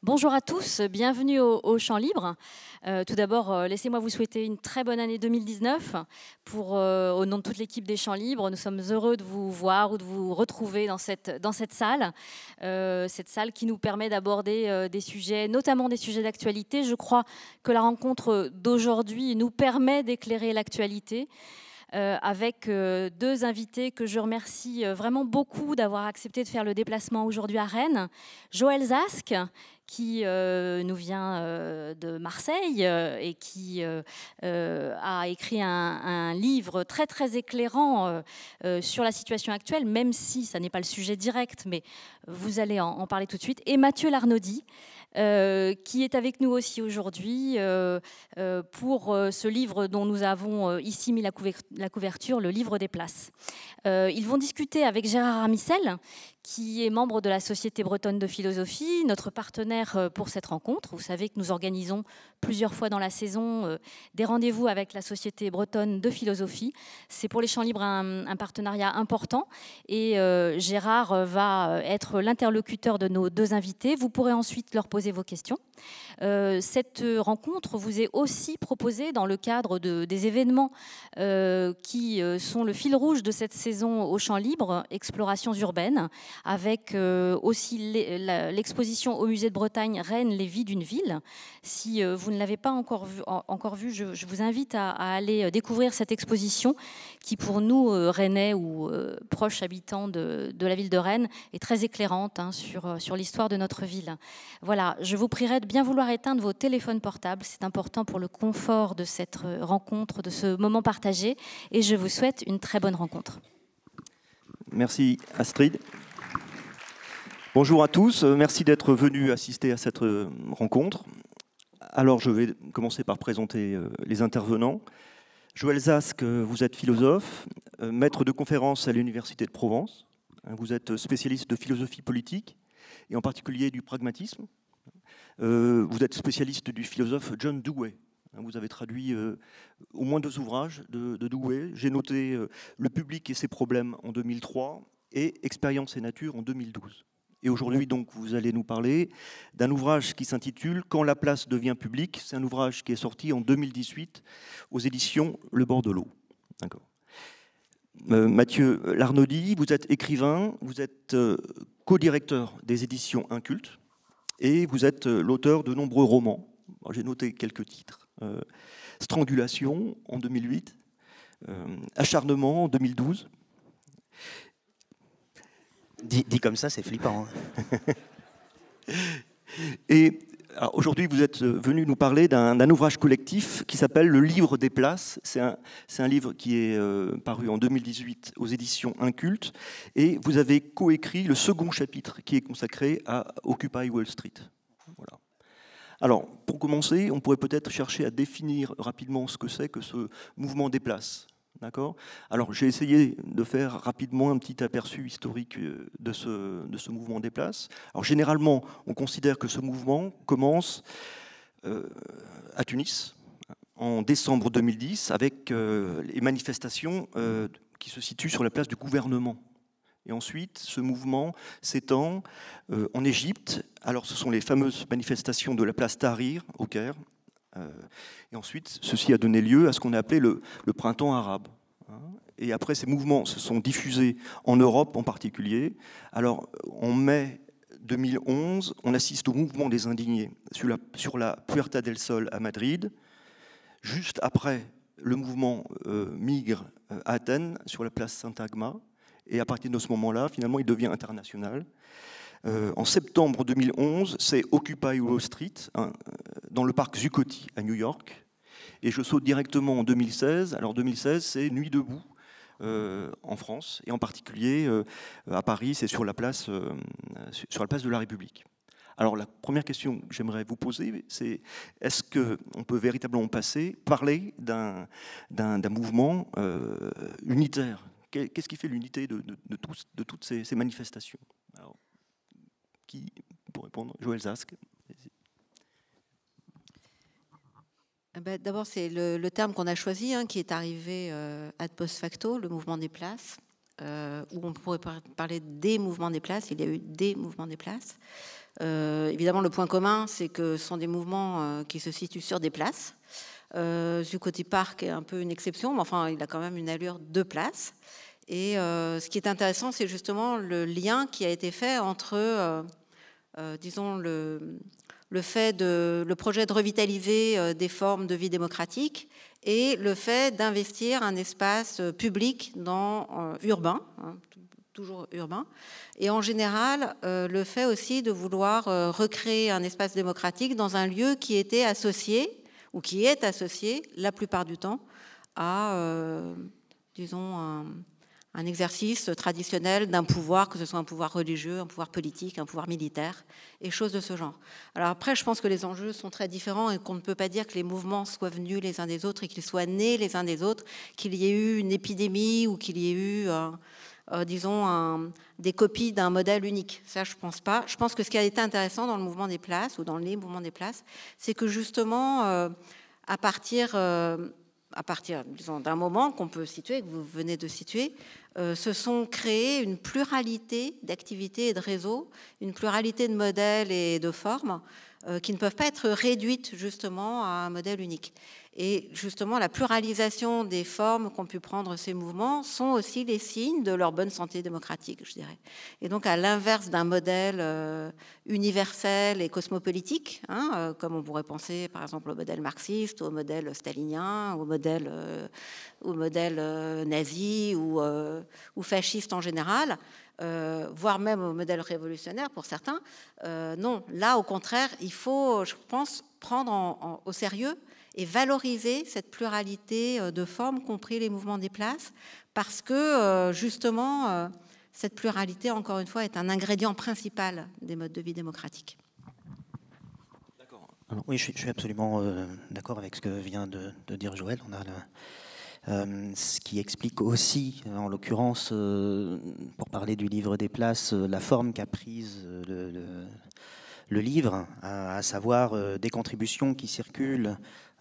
Bonjour à tous, bienvenue au Champ Libre. Tout d'abord, laissez-moi vous souhaiter une très bonne année 2019 au nom de toute l'équipe des Champs Libres. Nous sommes heureux de vous voir ou de vous retrouver dans cette salle qui nous permet d'aborder des sujets, notamment des sujets d'actualité. Je crois que la rencontre d'aujourd'hui nous permet d'éclairer l'actualité. Avec deux invités que je remercie vraiment beaucoup d'avoir accepté de faire le déplacement aujourd'hui à Rennes. Joël Zask, qui nous vient de Marseille et qui a écrit un livre très très éclairant sur la situation actuelle, même si ça n'est pas le sujet direct, mais vous allez en parler tout de suite. Et Mathieu Larnaudy, qui est avec nous aussi aujourd'hui pour ce livre dont nous avons ici mis la couverture, le livre des places. Ils vont discuter avec Gérard Armissel, qui est membre de la Société bretonne de philosophie, notre partenaire pour cette rencontre. Vous savez que nous organisons plusieurs fois dans la saison des rendez-vous avec la Société bretonne de philosophie. C'est pour les Champs Libres un partenariat important et Gérard va être l'interlocuteur de nos deux invités. Vous pourrez ensuite leur poser vos questions. Cette rencontre vous est aussi proposée dans le cadre des événements qui sont le fil rouge de cette saison au Champ Libre, Explorations urbaines, avec aussi l'exposition au Musée de Bretagne Rennes, les vies d'une ville. Si vous ne l'avez pas encore vu, je vous invite à aller découvrir cette exposition qui, pour nous, Rennais ou proches habitants de la ville de Rennes, est très éclairante sur l'histoire de notre ville. Voilà, je vous prierai de bien vouloir éteindre vos téléphones portables. C'est important pour le confort de cette rencontre, de ce moment partagé. Et je vous souhaite une très bonne rencontre. Merci Astrid. Bonjour à tous, merci d'être venus assister à cette rencontre. Alors je vais commencer par présenter les intervenants. Joël Zask, vous êtes philosophe, maître de conférences à l'Université de Provence. Vous êtes spécialiste de philosophie politique et en particulier du pragmatisme. Vous êtes spécialiste du philosophe John Dewey. Vous avez traduit au moins 2 ouvrages de Dewey. J'ai noté Le public et ses problèmes en 2003 et Expérience et nature en 2012. Et aujourd'hui, donc, vous allez nous parler d'un ouvrage qui s'intitule « Quand la place devient publique ». C'est un ouvrage qui est sorti en 2018 aux éditions Le Bord de l'eau. D'accord. Mathieu Larnaudy, vous êtes écrivain, vous êtes co-directeur des éditions Inculte et vous êtes l'auteur de nombreux romans. J'ai noté quelques titres. Strangulation en 2008, Acharnement en 2012. Dit comme ça, c'est flippant. Et aujourd'hui, vous êtes venu nous parler d'un ouvrage collectif qui s'appelle Le Livre des places. C'est un livre qui est paru en 2018 aux éditions Inculte. Et vous avez coécrit le second chapitre qui est consacré à Occupy Wall Street. Voilà. Alors, pour commencer, on pourrait peut-être chercher à définir rapidement ce que c'est que ce mouvement des places. D'accord ? Alors, j'ai essayé de faire rapidement un petit aperçu historique de ce mouvement des places. Alors, généralement, on considère que ce mouvement commence à Tunis, en décembre 2010, avec les manifestations qui se situent sur la place du gouvernement. Et ensuite, ce mouvement s'étend en Égypte. Alors, ce sont les fameuses manifestations de la place Tahrir, au Caire. Et ensuite, ceci a donné lieu à ce qu'on a appelé le printemps arabe. Et après, ces mouvements se sont diffusés en Europe en particulier. Alors, en mai 2011, on assiste au mouvement des indignés sur la Puerta del Sol à Madrid. Juste après, le mouvement migre à Athènes, sur la place Syntagma. Et à partir de ce moment-là, finalement, il devient international. En septembre 2011, c'est Occupy Wall Street, dans le parc Zuccotti à New York. Et je saute directement en 2016. Alors 2016, c'est Nuit debout en France, et en particulier à Paris, c'est sur la place de la République. Alors la première question que j'aimerais vous poser, c'est est-ce qu'on peut véritablement parler d'un mouvement unitaire ? Qu'est-ce qui fait l'unité de toutes ces manifestations ? Alors, qui pour répondre? Joël Zask. D'abord, c'est le terme qu'on a choisi, qui est arrivé ad post facto, le mouvement des places. où on pourrait parler des mouvements des places. Il y a eu des mouvements des places. Évidemment, le point commun, c'est que ce sont des mouvements qui se situent sur des places. Zuccotti Park est un peu une exception, mais enfin, il a quand même une allure de place. Et ce qui est intéressant, c'est justement le lien qui a été fait entre, disons, le projet de revitaliser des formes de vie démocratique et le fait d'investir un espace public urbain, hein, toujours urbain, et en général, le fait aussi de vouloir recréer un espace démocratique dans un lieu qui était associé, ou qui est associé la plupart du temps à, disons, un exercice traditionnel d'un pouvoir, que ce soit un pouvoir religieux, un pouvoir politique, un pouvoir militaire, et choses de ce genre. Alors après, je pense que les enjeux sont très différents et qu'on ne peut pas dire que les mouvements soient venus les uns des autres et qu'ils soient nés les uns des autres, qu'il y ait eu une épidémie ou qu'il y ait eu, disons, des copies d'un modèle unique. Ça, je ne pense pas. Je pense que ce qui a été intéressant dans le mouvement des places ou dans les mouvements des places, c'est que justement, à partir disons, d'un moment qu'on peut situer, que vous venez de situer, se sont créés une pluralité d'activités et de réseaux, une pluralité de modèles et de formes qui ne peuvent pas être réduites justement à un modèle unique. Et justement, la pluralisation des formes qu'ont pu prendre ces mouvements sont aussi les signes de leur bonne santé démocratique, je dirais. Et donc, à l'inverse d'un modèle universel et cosmopolitique, hein, comme on pourrait penser, par exemple, au modèle marxiste, au modèle stalinien, au modèle nazi ou fasciste en général, voire même au modèle révolutionnaire pour certains. Non, là, au contraire, il faut, je pense, prendre au sérieux et valoriser cette pluralité de formes, compris les mouvements des places, parce que justement, cette pluralité, encore une fois, est un ingrédient principal des modes de vie démocratiques. Oui, je suis absolument d'accord avec ce que vient de dire Joël. On a ce qui explique aussi, en l'occurrence, pour parler du livre des places, la forme qu'a prise le livre, à savoir des contributions qui circulent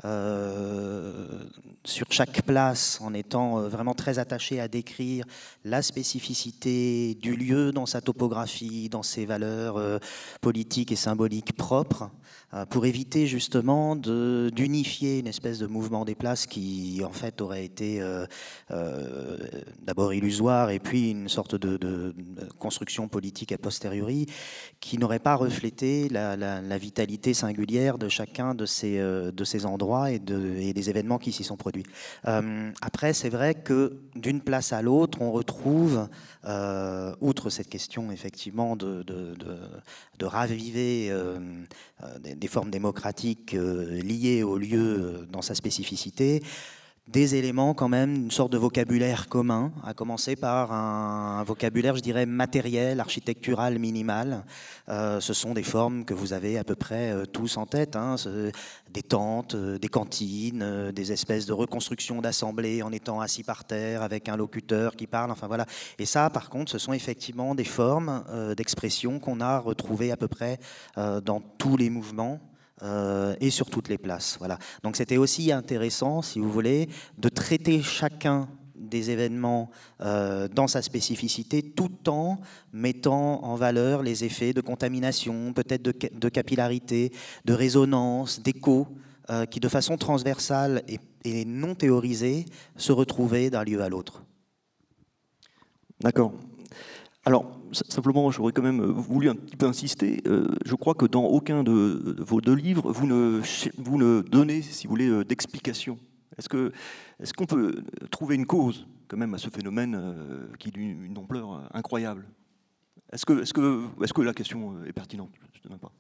sur chaque place, en étant vraiment très attaché à décrire la spécificité du lieu dans sa topographie, dans ses valeurs politiques et symboliques propres, pour éviter justement d'unifier une espèce de mouvement des places qui en fait aurait été d'abord illusoire et puis une sorte de construction politique a posteriori qui n'aurait pas reflété la vitalité singulière de chacun de ces endroits et des événements qui s'y sont produits. Après, c'est vrai que d'une place à l'autre, on retrouve, outre cette question effectivement de raviver des formes démocratiques liées au lieu dans sa spécificité, des éléments quand même, une sorte de vocabulaire commun, à commencer par un vocabulaire, je dirais, matériel, architectural, minimal. Ce sont des formes que vous avez à peu près tous en tête, hein, des tentes, des cantines, des espèces de reconstructions d'assemblées en étant assis par terre avec un locuteur qui parle, enfin voilà. Et ça, par contre, ce sont effectivement des formes d'expression qu'on a retrouvées à peu près dans tous les mouvements. Et sur toutes les places. Voilà. Donc c'était aussi intéressant, si vous voulez, de traiter chacun des événements dans sa spécificité, tout en mettant en valeur les effets de contamination, peut-être de capillarité, de résonance, d'écho, qui de façon transversale et non théorisée se retrouvaient d'un lieu à l'autre. D'accord. Alors, simplement, j'aurais quand même voulu un petit peu insister. Je crois que dans aucun de vos deux livres, vous ne donnez, si vous voulez, d'explication. Est-ce qu'on peut trouver une cause, quand même, à ce phénomène qui est d'une ampleur incroyable? Est-ce que la question est pertinente? Je ne sais même pas.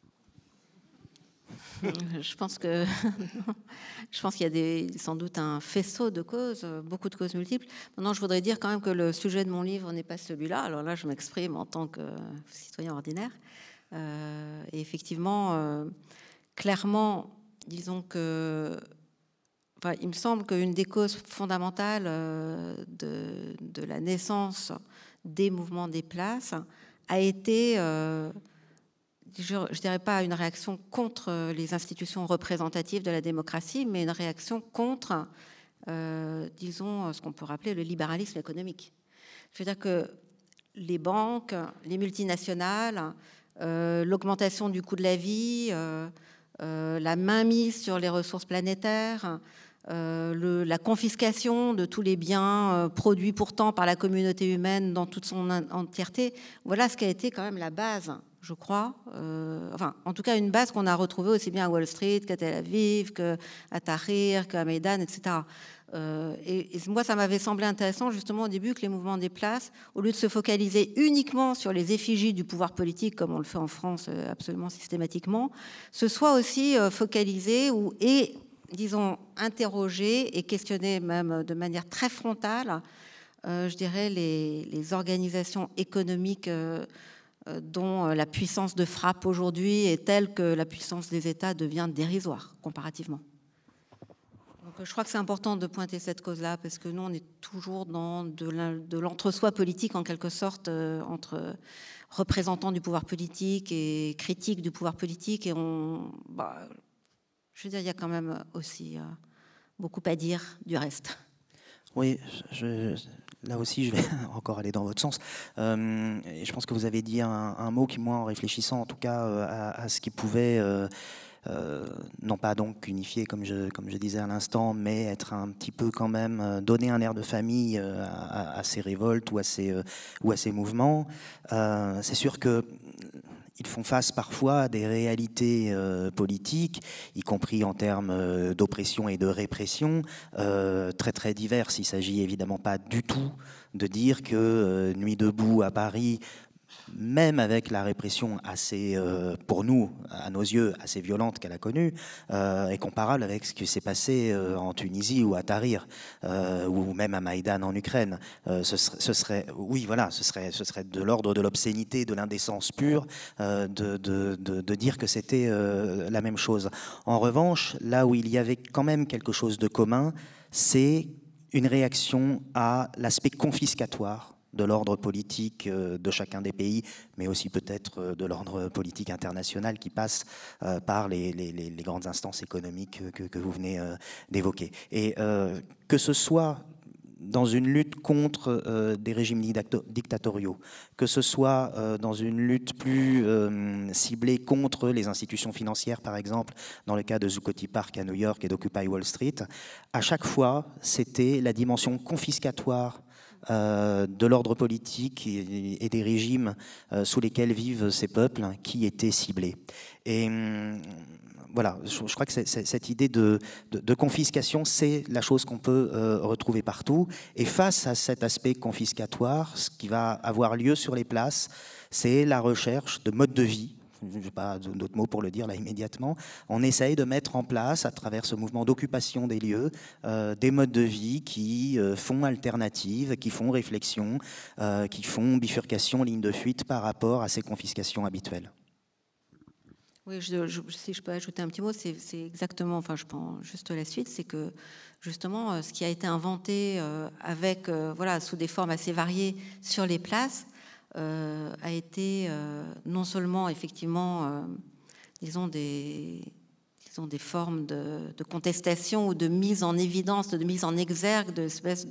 Je pense qu'il y a sans doute un faisceau de causes, beaucoup de causes multiples. Maintenant, je voudrais dire quand même que le sujet de mon livre n'est pas celui-là. Alors là, je m'exprime en tant que citoyen ordinaire. Et effectivement, clairement, disons que... Enfin, il me semble qu'une des causes fondamentales de la naissance des mouvements des places a été... je ne dirais pas une réaction contre les institutions représentatives de la démocratie, mais une réaction contre, disons, ce qu'on peut rappeler le libéralisme économique. Je veux dire que les banques, les multinationales, l'augmentation du coût de la vie, la mainmise sur les ressources planétaires, la confiscation de tous les biens produits pourtant par la communauté humaine dans toute son entièreté, voilà ce qui a été quand même la base, je crois. Enfin, en tout cas, une base qu'on a retrouvée aussi bien à Wall Street qu'à Tel Aviv, qu'à Tahrir, qu'à Médan, etc. Et moi, ça m'avait semblé intéressant justement au début que les mouvements des places, au lieu de se focaliser uniquement sur les effigies du pouvoir politique, comme on le fait en France absolument systématiquement, se soient aussi focalisés et, disons, interrogés et questionnés même de manière très frontale, je dirais, les organisations économiques dont la puissance de frappe aujourd'hui est telle que la puissance des États devient dérisoire comparativement. Donc, je crois que c'est important de pointer cette cause-là parce que nous, on est toujours dans de l'entre-soi politique en quelque sorte entre représentants du pouvoir politique et critiques du pouvoir politique. Et je veux dire, il y a quand même aussi beaucoup à dire du reste. Oui, là aussi, je vais encore aller dans votre sens. Et je pense que vous avez dit un mot qui, moi, en réfléchissant en tout cas à ce qui pouvait... non pas donc unifié comme je disais à l'instant, mais être un petit peu quand même, donner un air de famille à ces révoltes ou à ces mouvements. C'est sûr que ils font face parfois à des réalités politiques, y compris en termes d'oppression et de répression, très très diverses. Il ne s'agit évidemment pas du tout de dire que Nuit debout à Paris, même avec la répression assez, pour nous, à nos yeux, assez violente qu'elle a connue, est comparable avec ce qui s'est passé en Tunisie ou à Tahrir, ou même à Maïdan en Ukraine. Ce serait de l'ordre de l'obscénité, de l'indécence pure, de dire que c'était la même chose. En revanche, là où il y avait quand même quelque chose de commun, c'est une réaction à l'aspect confiscatoire de l'ordre politique de chacun des pays, mais aussi peut-être de l'ordre politique international qui passe par les grandes instances économiques que vous venez d'évoquer. Et que ce soit dans une lutte contre des régimes dictatoriaux, que ce soit dans une lutte plus ciblée contre les institutions financières, par exemple, dans le cas de Zuccotti Park à New York et d'Occupy Wall Street, à chaque fois, c'était la dimension confiscatoire de l'ordre politique et des régimes sous lesquels vivent ces peuples qui étaient ciblés. Et voilà, je crois que cette idée de confiscation, c'est la chose qu'on peut retrouver partout. Et face à cet aspect confiscatoire, ce qui va avoir lieu sur les places, c'est la recherche de modes de vie. Je n'ai pas d'autres mots pour le dire là immédiatement. On essaye de mettre en place, à travers ce mouvement d'occupation des lieux, des modes de vie qui font alternative, qui font réflexion, qui font bifurcation, ligne de fuite par rapport à ces confiscations habituelles. Oui, si je peux ajouter un petit mot, c'est exactement, enfin je prends juste la suite, c'est que justement ce qui a été inventé avec, voilà, sous des formes assez variées sur les places, a été non seulement effectivement, disons des formes de contestation ou de mise en évidence, de mise en exergue, d'espèces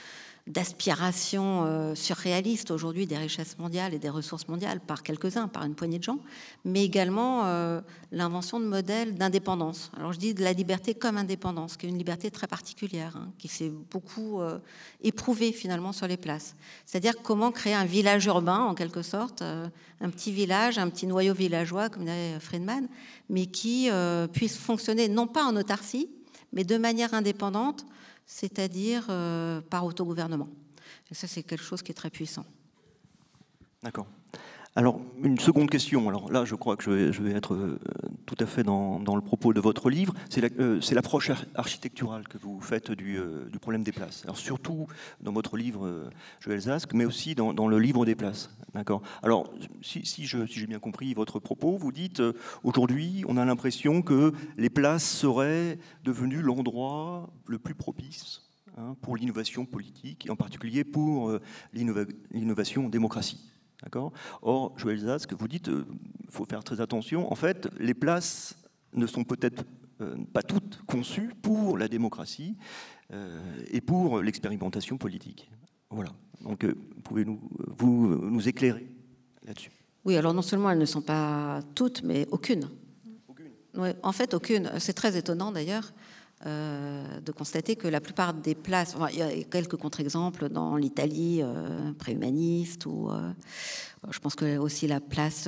d'aspiration surréaliste aujourd'hui des richesses mondiales et des ressources mondiales par quelques-uns, par une poignée de gens, mais également l'invention de modèles d'indépendance. Alors je dis de la liberté comme indépendance, qui est une liberté très particulière, hein, qui s'est beaucoup éprouvée finalement sur les places. C'est-à-dire comment créer un village urbain, en quelque sorte, un petit village, un petit noyau villageois, comme dirait Friedman, mais qui puisse fonctionner non pas en autarcie, mais de manière indépendante, c'est-à-dire par autogouvernement. Et ça, c'est quelque chose qui est très puissant. D'accord. Alors, une seconde question. Alors là, je crois que je vais être tout à fait dans le propos de votre livre. C'est l'approche architecturale que vous faites du problème des places. Alors surtout dans votre livre, Joël Zask, mais aussi dans le livre des places. D'accord. Alors, si j'ai bien compris votre propos, vous dites aujourd'hui, on a l'impression que les places seraient devenues l'endroit le plus propice pour l'innovation politique, et en particulier pour l'innovation démocratie. D'accord. Or, Joël Zask, vous dites, faut faire très attention. En fait, les places ne sont peut-être pas toutes conçues pour la démocratie et pour l'expérimentation politique. Voilà. Donc, pouvez-vous nous éclairer là-dessus? Oui, alors non seulement elles ne sont pas toutes, mais aucune. Ouais, en fait, aucune. C'est très étonnant d'ailleurs de constater que la plupart des places, enfin, il y a quelques contre-exemples dans l'Italie préhumaniste, ou je pense que aussi la place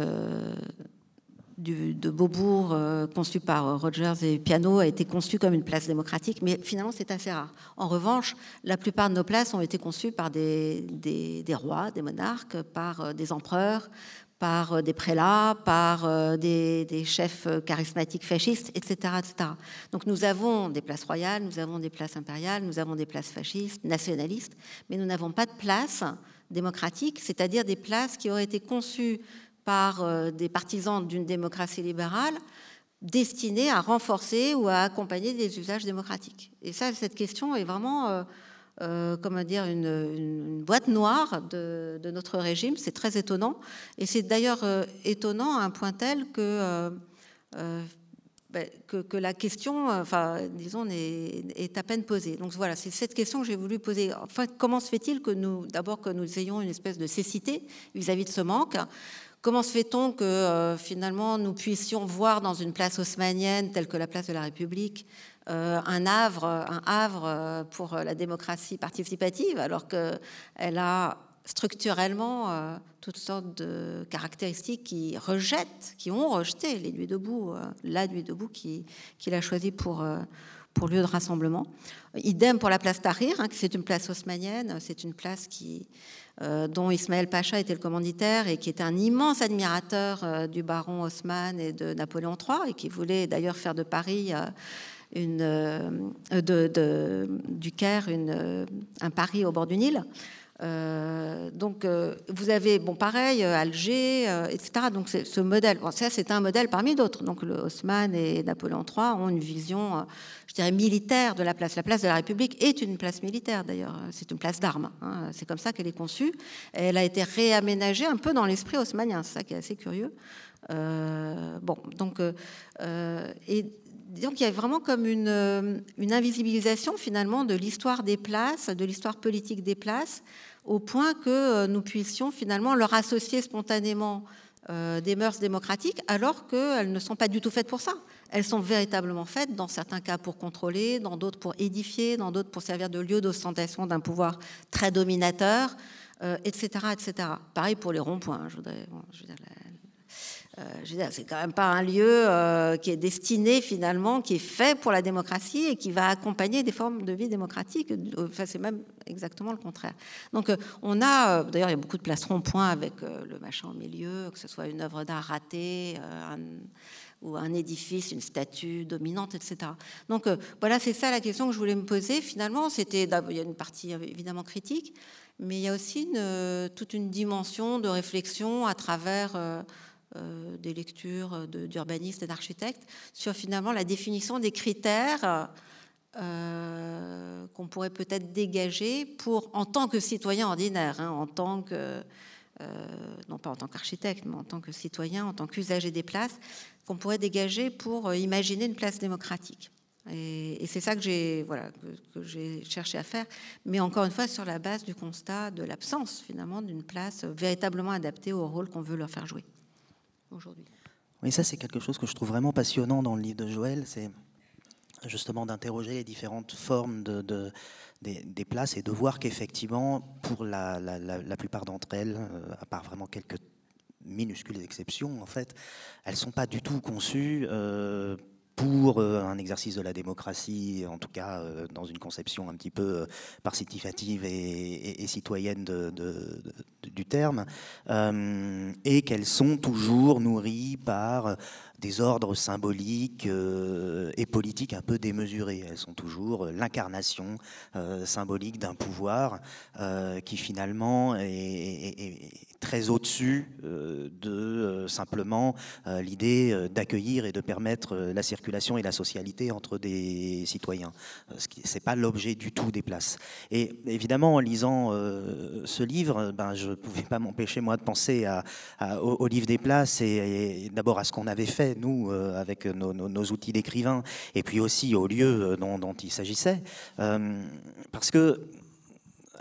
de Beaubourg, conçue par Rogers et Piano, a été conçue comme une place démocratique, mais finalement c'est assez rare. En revanche, la plupart de nos places ont été conçues par des rois, des monarques, par des empereurs, par des prélats, par des chefs charismatiques fascistes, etc., etc. Donc nous avons des places royales, nous avons des places impériales, nous avons des places fascistes, nationalistes, mais nous n'avons pas de places démocratiques, c'est-à-dire des places qui auraient été conçues par des partisans d'une démocratie libérale destinée à renforcer ou à accompagner des usages démocratiques. Et ça, cette question est vraiment... comment dire, une boîte noire de notre régime. C'est très étonnant. Et c'est d'ailleurs étonnant à un point tel que la question, disons, est à peine posée. Donc voilà, c'est cette question que j'ai voulu poser. Enfin, comment se fait-il que d'abord que nous ayons une espèce de cécité vis-à-vis de ce manque? Comment se fait-on que finalement nous puissions voir dans une place haussmannienne telle que la place de la République un havre pour la démocratie participative, alors qu'elle a structurellement toutes sortes de caractéristiques qui ont rejeté les Nuits debout, la Nuit debout qu'il a choisie pour lieu de rassemblement. Idem pour la place Tahrir, qui c'est une place haussmannienne, c'est une place dont Ismaël Pacha était le commanditaire et qui était un immense admirateur du baron Haussmann et de Napoléon III, et qui voulait d'ailleurs faire de Paris du Caire un Paris au bord du Nil. Donc vous avez, pareil, Alger, etc. Donc ce modèle, ça c'est un modèle parmi d'autres. Donc le Haussmann et Napoléon III ont une vision, je dirais, militaire de la place. La place de la République est une place militaire d'ailleurs, c'est une place d'armes. C'est comme ça qu'elle est conçue. Elle a été réaménagée un peu dans l'esprit haussmannien, c'est ça qui est assez curieux. Donc il y a vraiment comme une invisibilisation finalement de l'histoire des places, de l'histoire politique des places, au point que nous puissions finalement leur associer spontanément des mœurs démocratiques, alors qu'elles ne sont pas du tout faites pour ça. Elles sont véritablement faites, dans certains cas pour contrôler, dans d'autres pour édifier, dans d'autres pour servir de lieu d'ostentation d'un pouvoir très dominateur, etc., etc. Pareil pour les ronds-points. C'est quand même pas un lieu qui est destiné finalement, qui est fait pour la démocratie et qui va accompagner des formes de vie démocratique. Enfin, c'est même exactement le contraire. Donc on a, d'ailleurs il y a beaucoup de places ronds-points avec le machin au milieu, que ce soit une œuvre d'art ratée, ou un édifice, une statue dominante, etc. Donc voilà, c'est ça la question que je voulais me poser. Finalement, il y a une partie évidemment critique, mais il y a aussi toute une dimension de réflexion à travers des lectures d'urbanistes et d'architectes sur finalement la définition des critères qu'on pourrait peut-être dégager en tant que citoyen ordinaire, en tant que, non pas en tant qu'architecte, mais en tant que citoyen, en tant qu'usager des places, qu'on pourrait dégager pour imaginer une place démocratique. Et c'est ça que j'ai cherché à faire, mais encore une fois sur la base du constat de l'absence finalement d'une place véritablement adaptée au rôle qu'on veut leur faire jouer aujourd'hui. Oui, ça c'est quelque chose que je trouve vraiment passionnant dans le livre de Joël, c'est justement d'interroger les différentes formes des places et de voir qu'effectivement, pour la plupart d'entre elles, à part vraiment quelques minuscules exceptions, en fait, elles ne sont pas du tout conçues pour un exercice de la démocratie, en tout cas dans une conception un petit peu participative et citoyenne du terme, et qu'elles sont toujours nourries par des ordres symboliques et politiques un peu démesurés. Elles sont toujours l'incarnation symbolique d'un pouvoir qui finalement est très au-dessus de simplement l'idée d'accueillir et de permettre la circulation et la socialité entre des citoyens. Ce n'est pas l'objet du tout des places. Et évidemment, en lisant ce livre, je ne pouvais pas m'empêcher, moi, de penser au livre des places et d'abord à ce qu'on avait fait, nous, avec nos outils d'écrivain, et puis aussi au lieu dont il s'agissait. Parce que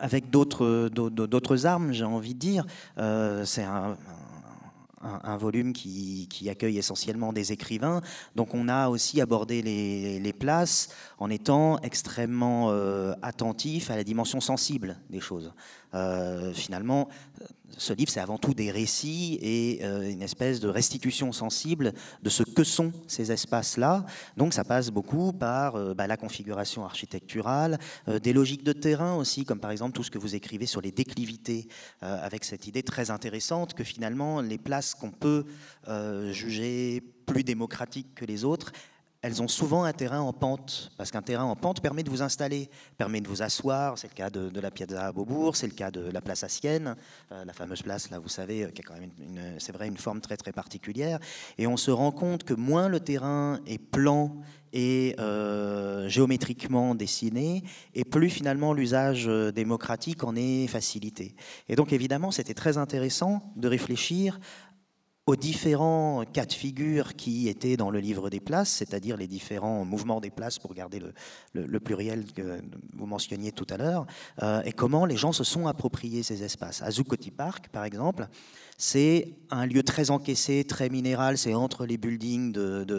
avec d'autres armes, j'ai envie de dire. C'est un volume qui accueille essentiellement des écrivains. Donc on a aussi abordé les places en étant extrêmement attentif à la dimension sensible des choses. Finalement, ce livre, c'est avant tout des récits et une espèce de restitution sensible de ce que sont ces espaces-là. Donc ça passe beaucoup par la configuration architecturale, des logiques de terrain aussi, comme par exemple tout ce que vous écrivez sur les déclivités, avec cette idée très intéressante que finalement les places qu'on peut juger plus démocratiques que les autres, elles ont souvent un terrain en pente, parce qu'un terrain en pente permet de vous installer, permet de vous asseoir. C'est le cas de la Piazza à Beaubourg, c'est le cas de la place à Sienne, la fameuse place, là, vous savez, qui a quand même, c'est vrai, une forme très très particulière. Et on se rend compte que moins le terrain est plan et géométriquement dessiné, et plus finalement l'usage démocratique en est facilité. Et donc évidemment, c'était très intéressant de réfléchir aux différents cas de figure qui étaient dans le livre des places, c'est-à-dire les différents mouvements des places, pour garder le pluriel que vous mentionniez tout à l'heure, et comment les gens se sont appropriés ces espaces. À Zuccotti Park, par exemple, c'est un lieu très encaissé, très minéral, c'est entre les buildings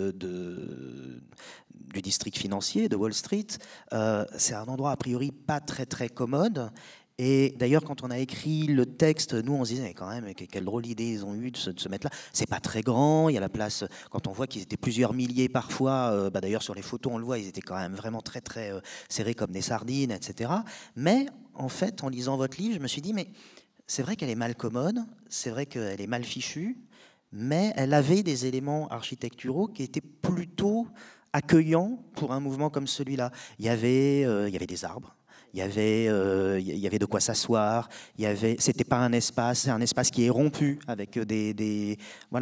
du district financier de Wall Street. C'est un endroit a priori pas très très commode. Et d'ailleurs, quand on a écrit le texte, nous, on se disait quand même, quelle drôle d'idée ils ont eu de se mettre là. C'est pas très grand, il y a la place, quand on voit qu'ils étaient plusieurs milliers parfois, d'ailleurs sur les photos on le voit, ils étaient quand même vraiment très très serrés comme des sardines, etc. Mais en fait, en lisant votre livre, je me suis dit, mais c'est vrai qu'elle est mal commode, c'est vrai qu'elle est mal fichue, mais elle avait des éléments architecturaux qui étaient plutôt accueillants pour un mouvement comme celui-là. Il y avait des arbres. Il y avait de quoi s'asseoir. C'était pas un espace, c'est un espace qui est rompu avec des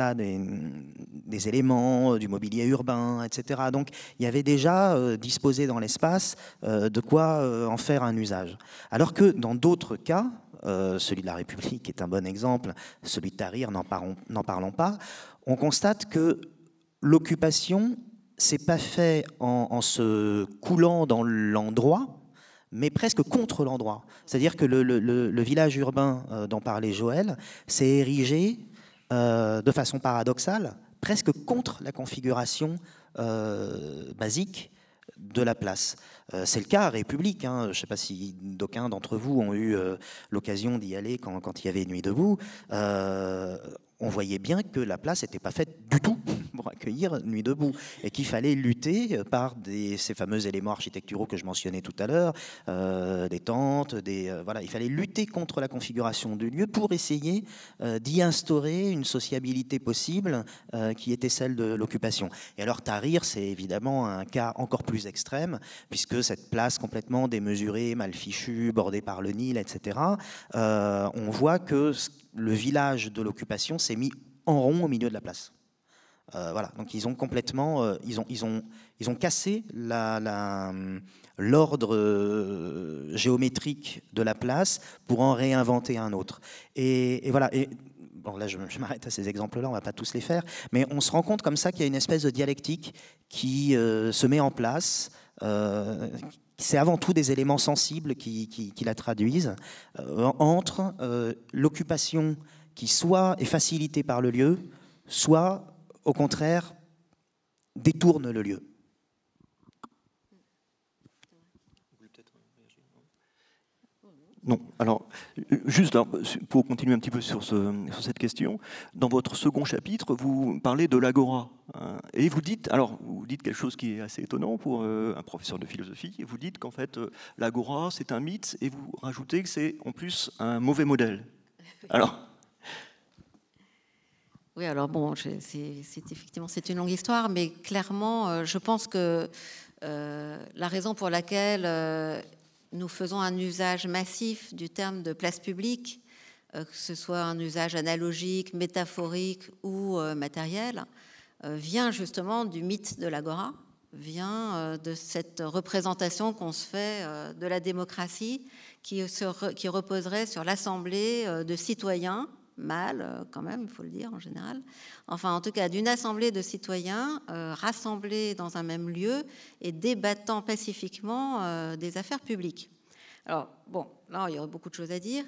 éléments, du mobilier urbain, etc. Donc il y avait déjà disposé dans l'espace de quoi en faire un usage. Alors que dans d'autres cas, celui de la République est un bon exemple, celui de Tahrir, n'en parlons pas, on constate que l'occupation s'est pas fait en se coulant dans l'endroit, mais presque contre l'endroit. C'est-à-dire que le village urbain dont parlait Joël s'est érigé de façon paradoxale, presque contre la configuration basique de la place. C'est le cas à République. Je ne sais pas si d'aucuns d'entre vous ont eu l'occasion d'y aller quand il y avait Nuit debout. On voyait bien que la place n'était pas faite du tout pour accueillir Nuit debout et qu'il fallait lutter par ces fameux éléments architecturaux que je mentionnais tout à l'heure, des tentes, il fallait lutter contre la configuration du lieu pour essayer d'y instaurer une sociabilité possible qui était celle de l'occupation. Et alors Tahrir, c'est évidemment un cas encore plus extrême, puisque cette place complètement démesurée, mal fichue, bordée par le Nil, etc., on voit que le village de l'occupation s'est mis en rond au milieu de la place. Voilà, donc ils ont complètement, ils ont cassé l'ordre géométrique de la place pour en réinventer un autre. Et voilà. Et bon, là, je m'arrête à ces exemples-là, on ne va pas tous les faire, mais on se rend compte comme ça qu'il y a une espèce de dialectique qui se met en place. C'est avant tout des éléments sensibles qui la traduisent, entre l'occupation qui soit est facilitée par le lieu, soit au contraire détourne le lieu. Non, alors, juste pour continuer un petit peu sur cette question, dans votre second chapitre, vous parlez de l'agora. Et vous dites quelque chose qui est assez étonnant pour un professeur de philosophie, et vous dites qu'en fait, l'agora, c'est un mythe, et vous rajoutez que c'est en plus un mauvais modèle. Alors... Oui, alors bon, effectivement, c'est une longue histoire, mais clairement, je pense que la raison pour laquelle... nous faisons un usage massif du terme de place publique, que ce soit un usage analogique, métaphorique ou matériel, vient justement du mythe de l'agora, vient de cette représentation qu'on se fait de la démocratie qui reposerait sur l'assemblée de citoyens, mâles quand même, il faut le dire en général, enfin en tout cas d'une assemblée de citoyens rassemblés dans un même lieu et débattant pacifiquement des affaires publiques. Alors, bon, là, il y aurait beaucoup de choses à dire.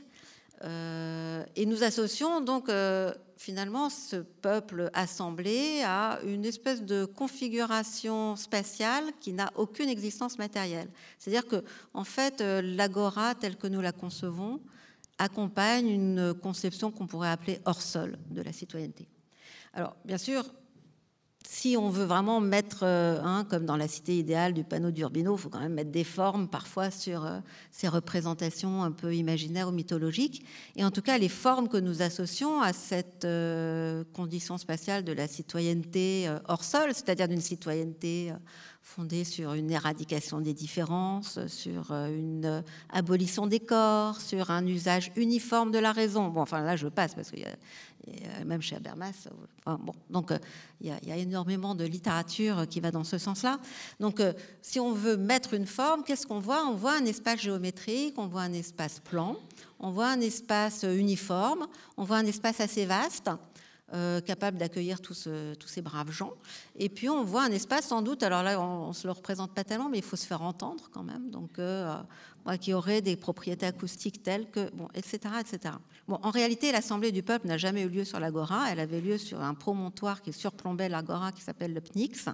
Et nous associons donc finalement ce peuple assemblé à une espèce de configuration spatiale qui n'a aucune existence matérielle. C'est-à-dire que, en fait, l'agora telle que nous la concevons accompagne une conception qu'on pourrait appeler hors sol de la citoyenneté. Alors, bien sûr, si on veut vraiment mettre, comme dans la cité idéale du panneau d'Urbino, il faut quand même mettre des formes parfois sur ces représentations un peu imaginaires ou mythologiques. Et en tout cas, les formes que nous associons à cette condition spatiale de la citoyenneté hors sol, c'est-à-dire d'une citoyenneté fondée sur une éradication des différences, sur une abolition des corps, sur un usage uniforme de la raison. Bon, enfin là, je passe parce qu'il y a même chez Habermas. Bon, donc il y a énormément de littérature qui va dans ce sens-là. Donc si on veut mettre une forme, qu'est-ce qu'on voit? On voit un espace géométrique, on voit un espace plan, on voit un espace uniforme, on voit un espace assez vaste, capable d'accueillir tous ces braves gens. Et puis on voit un espace sans doute, alors là on ne se le représente pas tellement, mais il faut se faire entendre quand même, donc qui aurait des propriétés acoustiques telles que, bon, etc., etc. Bon, en réalité, l'Assemblée du peuple n'a jamais eu lieu sur l'Agora, elle avait lieu sur un promontoire qui surplombait l'Agora qui s'appelle le Pnyx.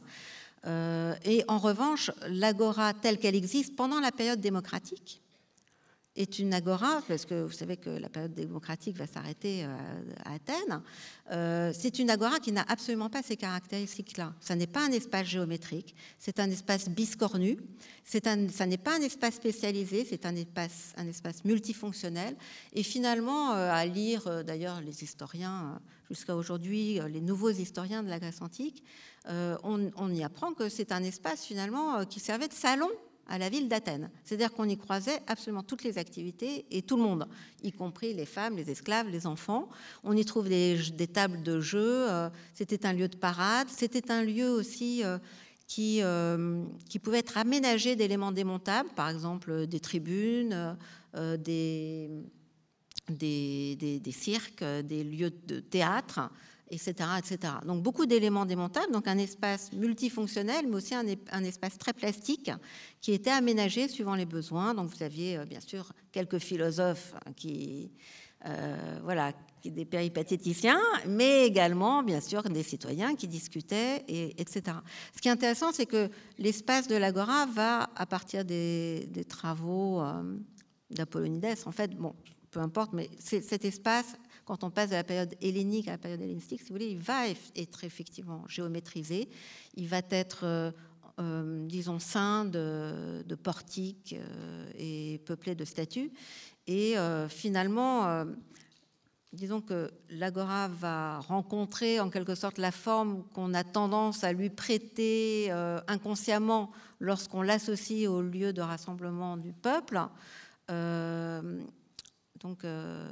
Et en revanche, l'Agora telle qu'elle existe pendant la période démocratique est une agora, parce que vous savez que la période démocratique va s'arrêter à Athènes, c'est une agora qui n'a absolument pas ces caractéristiques-là. Ça n'est pas un espace géométrique, c'est un espace biscornu, ça n'est pas un espace spécialisé, c'est un espace multifonctionnel. Et finalement, à lire d'ailleurs les historiens, jusqu'à aujourd'hui, les nouveaux historiens de la Grèce antique, on y apprend que c'est un espace finalement qui servait de salon à la ville d'Athènes. C'est-à-dire qu'on y croisait absolument toutes les activités et tout le monde, y compris les femmes, les esclaves, les enfants. On y trouve des tables de jeu, c'était un lieu de parade, c'était un lieu aussi qui pouvait être aménagé d'éléments démontables, par exemple des tribunes, des cirques, des lieux de théâtre, etc., etc. Donc beaucoup d'éléments démontables, donc un espace multifonctionnel, mais aussi un espace très plastique qui était aménagé suivant les besoins. Donc vous aviez bien sûr quelques philosophes qui des péripatéticiens, mais également bien sûr des citoyens qui discutaient, etc. Ce qui est intéressant, c'est que l'espace de l'Agora va, à partir des travaux d'Apollonides, en fait, bon, peu importe, mais cet espace, quand on passe de la période hellénique à la période hellénistique, si vous voulez, il va être effectivement géométrisé, il va être, disons, ceint de portiques et peuplé de statues. Et finalement, disons que l'agora va rencontrer en quelque sorte la forme qu'on a tendance à lui prêter inconsciemment lorsqu'on l'associe au lieu de rassemblement du peuple. Donc,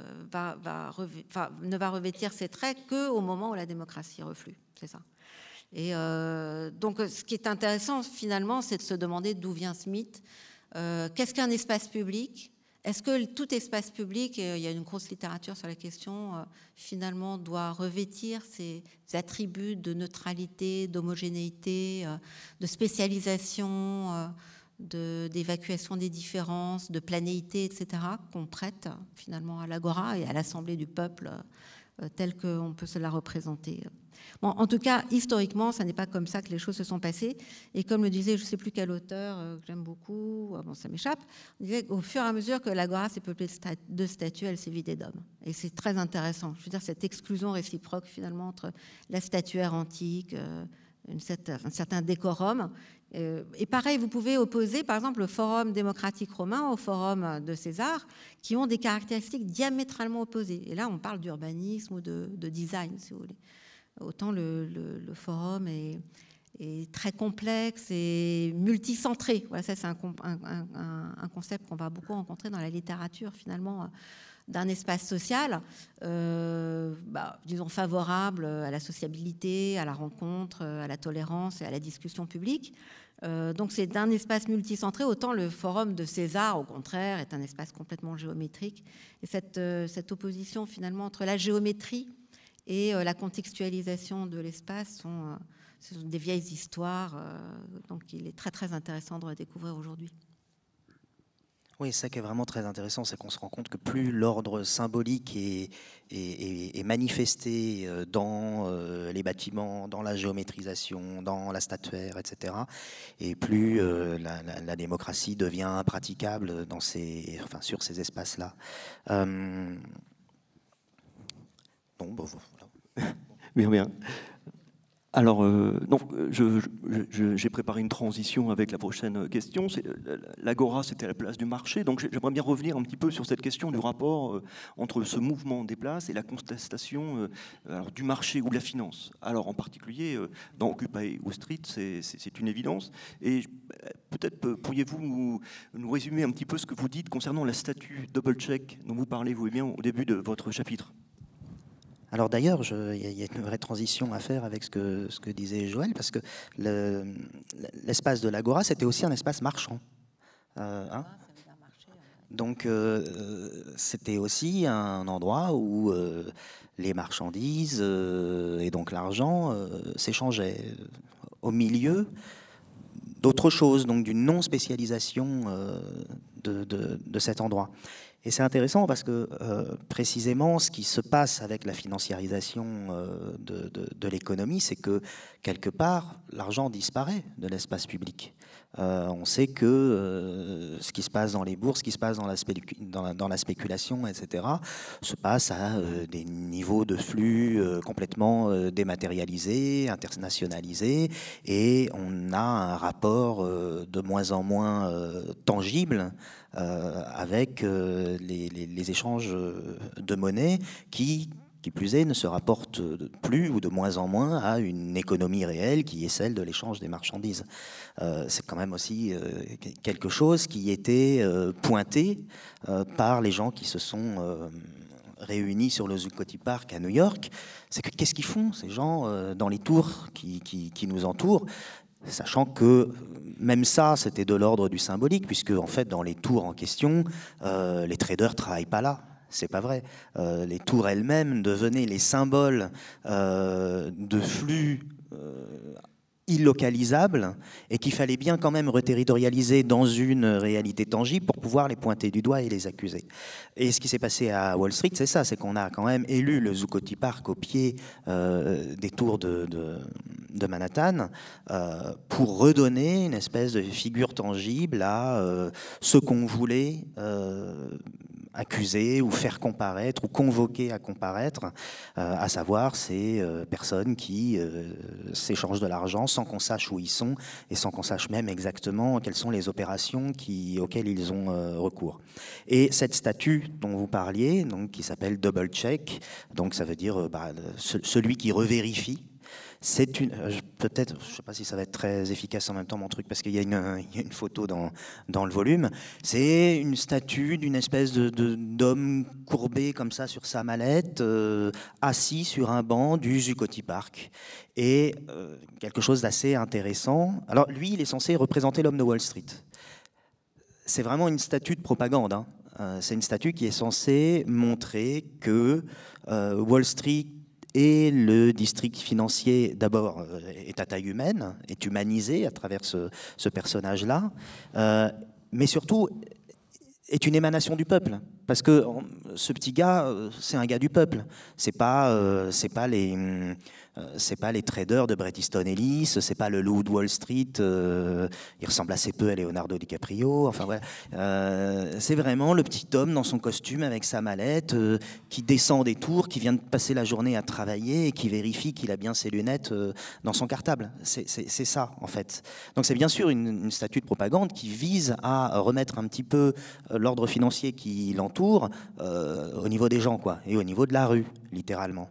ne va revêtir ses traits qu'au moment où la démocratie reflue, c'est ça. Et donc, ce qui est intéressant, finalement, c'est de se demander d'où vient ce mythe. Qu'est-ce qu'un espace public? Est-ce que tout espace public, il y a une grosse littérature sur la question, finalement, doit revêtir ces attributs de neutralité, d'homogénéité, de spécialisation, d'évacuation des différences, de planéité, etc., qu'on prête finalement à l'agora et à l'Assemblée du peuple telle qu'on peut se la représenter. Bon, en tout cas, historiquement, ça n'est pas comme ça que les choses se sont passées. Et comme le disait, je ne sais plus quel auteur, que j'aime beaucoup, bon, ça m'échappe, on disait qu'au fur et à mesure que l'agora s'est peuplée de statues, elle s'est vidée d'hommes. Et c'est très intéressant. Je veux dire, cette exclusion réciproque finalement entre la statuaire antique, un certain décorum. Et pareil, vous pouvez opposer par exemple le Forum démocratique romain au Forum de César, qui ont des caractéristiques diamétralement opposées. Et là, on parle d'urbanisme ou de design, si vous voulez. Autant le Forum est très complexe et multicentré. Voilà, ça c'est un concept qu'on va beaucoup rencontrer dans la littérature finalement, d'un espace social, disons favorable à la sociabilité, à la rencontre, à la tolérance et à la discussion publique. Donc c'est d'un espace multicentré, autant le Forum de César, au contraire, est un espace complètement géométrique. Et cette opposition finalement entre la géométrie et la contextualisation de l'espace ce sont des vieilles histoires, donc il est très très intéressant de redécouvrir aujourd'hui. Oui, ça qui est vraiment très intéressant, c'est qu'on se rend compte que plus l'ordre symbolique est manifesté dans les bâtiments, dans la géométrisation, dans la statuaire, etc., et plus la démocratie devient impraticable sur ces espaces-là. Bon, voilà. Bien, bien. Alors, j'ai préparé une transition avec la prochaine question. L'agora, c'était la place du marché. Donc, j'aimerais bien revenir un petit peu sur cette question du rapport entre ce mouvement des places et la contestation du marché ou de la finance. Alors, en particulier, dans Occupy Wall Street, c'est une évidence. Et peut-être pourriez-vous nous résumer un petit peu ce que vous dites concernant la statue double check dont vous parlez, vous et bien, au début de votre chapitre. Alors d'ailleurs, il y a une vraie transition à faire avec ce que disait Joël, parce que l'espace de l'Agora, c'était aussi un espace marchand. Donc c'était aussi un endroit où les marchandises et donc l'argent s'échangeaient au milieu d'autre chose, donc d'une non-spécialisation de cet endroit. Et c'est intéressant parce que précisément ce qui se passe avec la financiarisation de l'économie, c'est que quelque part, l'argent disparaît de l'espace public. On sait que ce qui se passe dans les bourses, ce qui se passe dans la spéculation, etc., se passe à des niveaux de flux complètement dématérialisés, internationalisés, et on a un rapport de moins en moins tangible avec les échanges de monnaie qui plus est, ne se rapportent plus ou de moins en moins à une économie réelle qui est celle de l'échange des marchandises. C'est quand même aussi quelque chose qui était pointé par les gens qui se sont réunis sur le Zuccotti Park à New York. C'est que qu'est-ce qu'ils font, ces gens, dans les tours qui nous entourent, sachant que même ça, c'était de l'ordre du symbolique, puisque en fait, dans les tours en question, les traders travaillent pas là. C'est pas vrai. Les tours elles-mêmes devenaient les symboles de flux illocalisables et qu'il fallait bien quand même reterritorialiser dans une réalité tangible pour pouvoir les pointer du doigt et les accuser. Et ce qui s'est passé à Wall Street, c'est ça, c'est qu'on a quand même élu le Zuccotti Park au pied des tours de Manhattan pour redonner une espèce de figure tangible à ce qu'on voulait accuser ou faire comparaître ou convoquer à comparaître, à savoir ces personnes qui s'échangent de l'argent sans qu'on sache où ils sont et sans qu'on sache même exactement quelles sont les opérations auxquelles ils ont recours. Et cette statue dont vous parliez, donc, qui s'appelle Double Check, donc ça veut dire celui qui revérifie. C'est peut-être, je ne sais pas si ça va être très efficace en même temps mon truc, parce qu'il y a une photo dans le volume. C'est une statue d'une espèce d'homme courbé comme ça sur sa mallette, assis sur un banc du Zuccotti Park. Et quelque chose d'assez intéressant. Alors lui, il est censé représenter l'homme de Wall Street. C'est vraiment une statue de propagande, hein. C'est une statue qui est censée montrer que Wall Street et le district financier, d'abord, est à taille humaine, est humanisé à travers ce personnage-là, mais surtout est une émanation du peuple. Parce que ce petit gars, c'est un gars du peuple. C'est pas les traders de Bret Easton Ellis, c'est pas le loup de Wall Street, il ressemble assez peu à Leonardo DiCaprio, enfin voilà. C'est vraiment le petit homme dans son costume avec sa mallette, qui descend des tours, qui vient de passer la journée à travailler et qui vérifie qu'il a bien ses lunettes dans son cartable. C'est ça, en fait. Donc c'est bien sûr une statue de propagande qui vise à remettre un petit peu l'ordre financier qui l'entoure au niveau des gens, quoi, et au niveau de la rue, littéralement.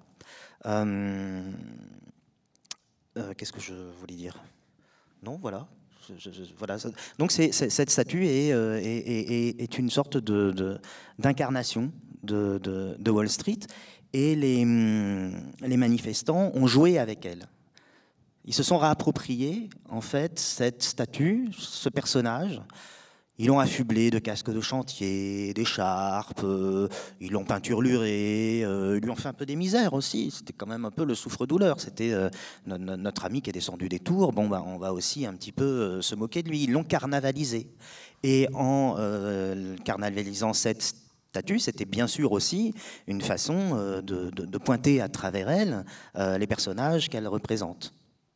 Qu'est-ce que je voulais dire? Non, voilà. Voilà. Donc cette statue est une sorte d'incarnation de Wall Street, et les manifestants ont joué avec elle. Ils se sont réappropriés en fait cette statue, ce personnage. Ils l'ont affublé de casques de chantier, d'écharpes, ils l'ont peinturluré, ils lui ont fait un peu des misères aussi. C'était quand même un peu le souffre-douleur. C'était notre ami qui est descendu des tours. Bon, bah, on va aussi un petit peu se moquer de lui. Ils l'ont carnavalisé. Et en carnavalisant cette statue, c'était bien sûr aussi une façon de pointer à travers elle les personnages qu'elle représente.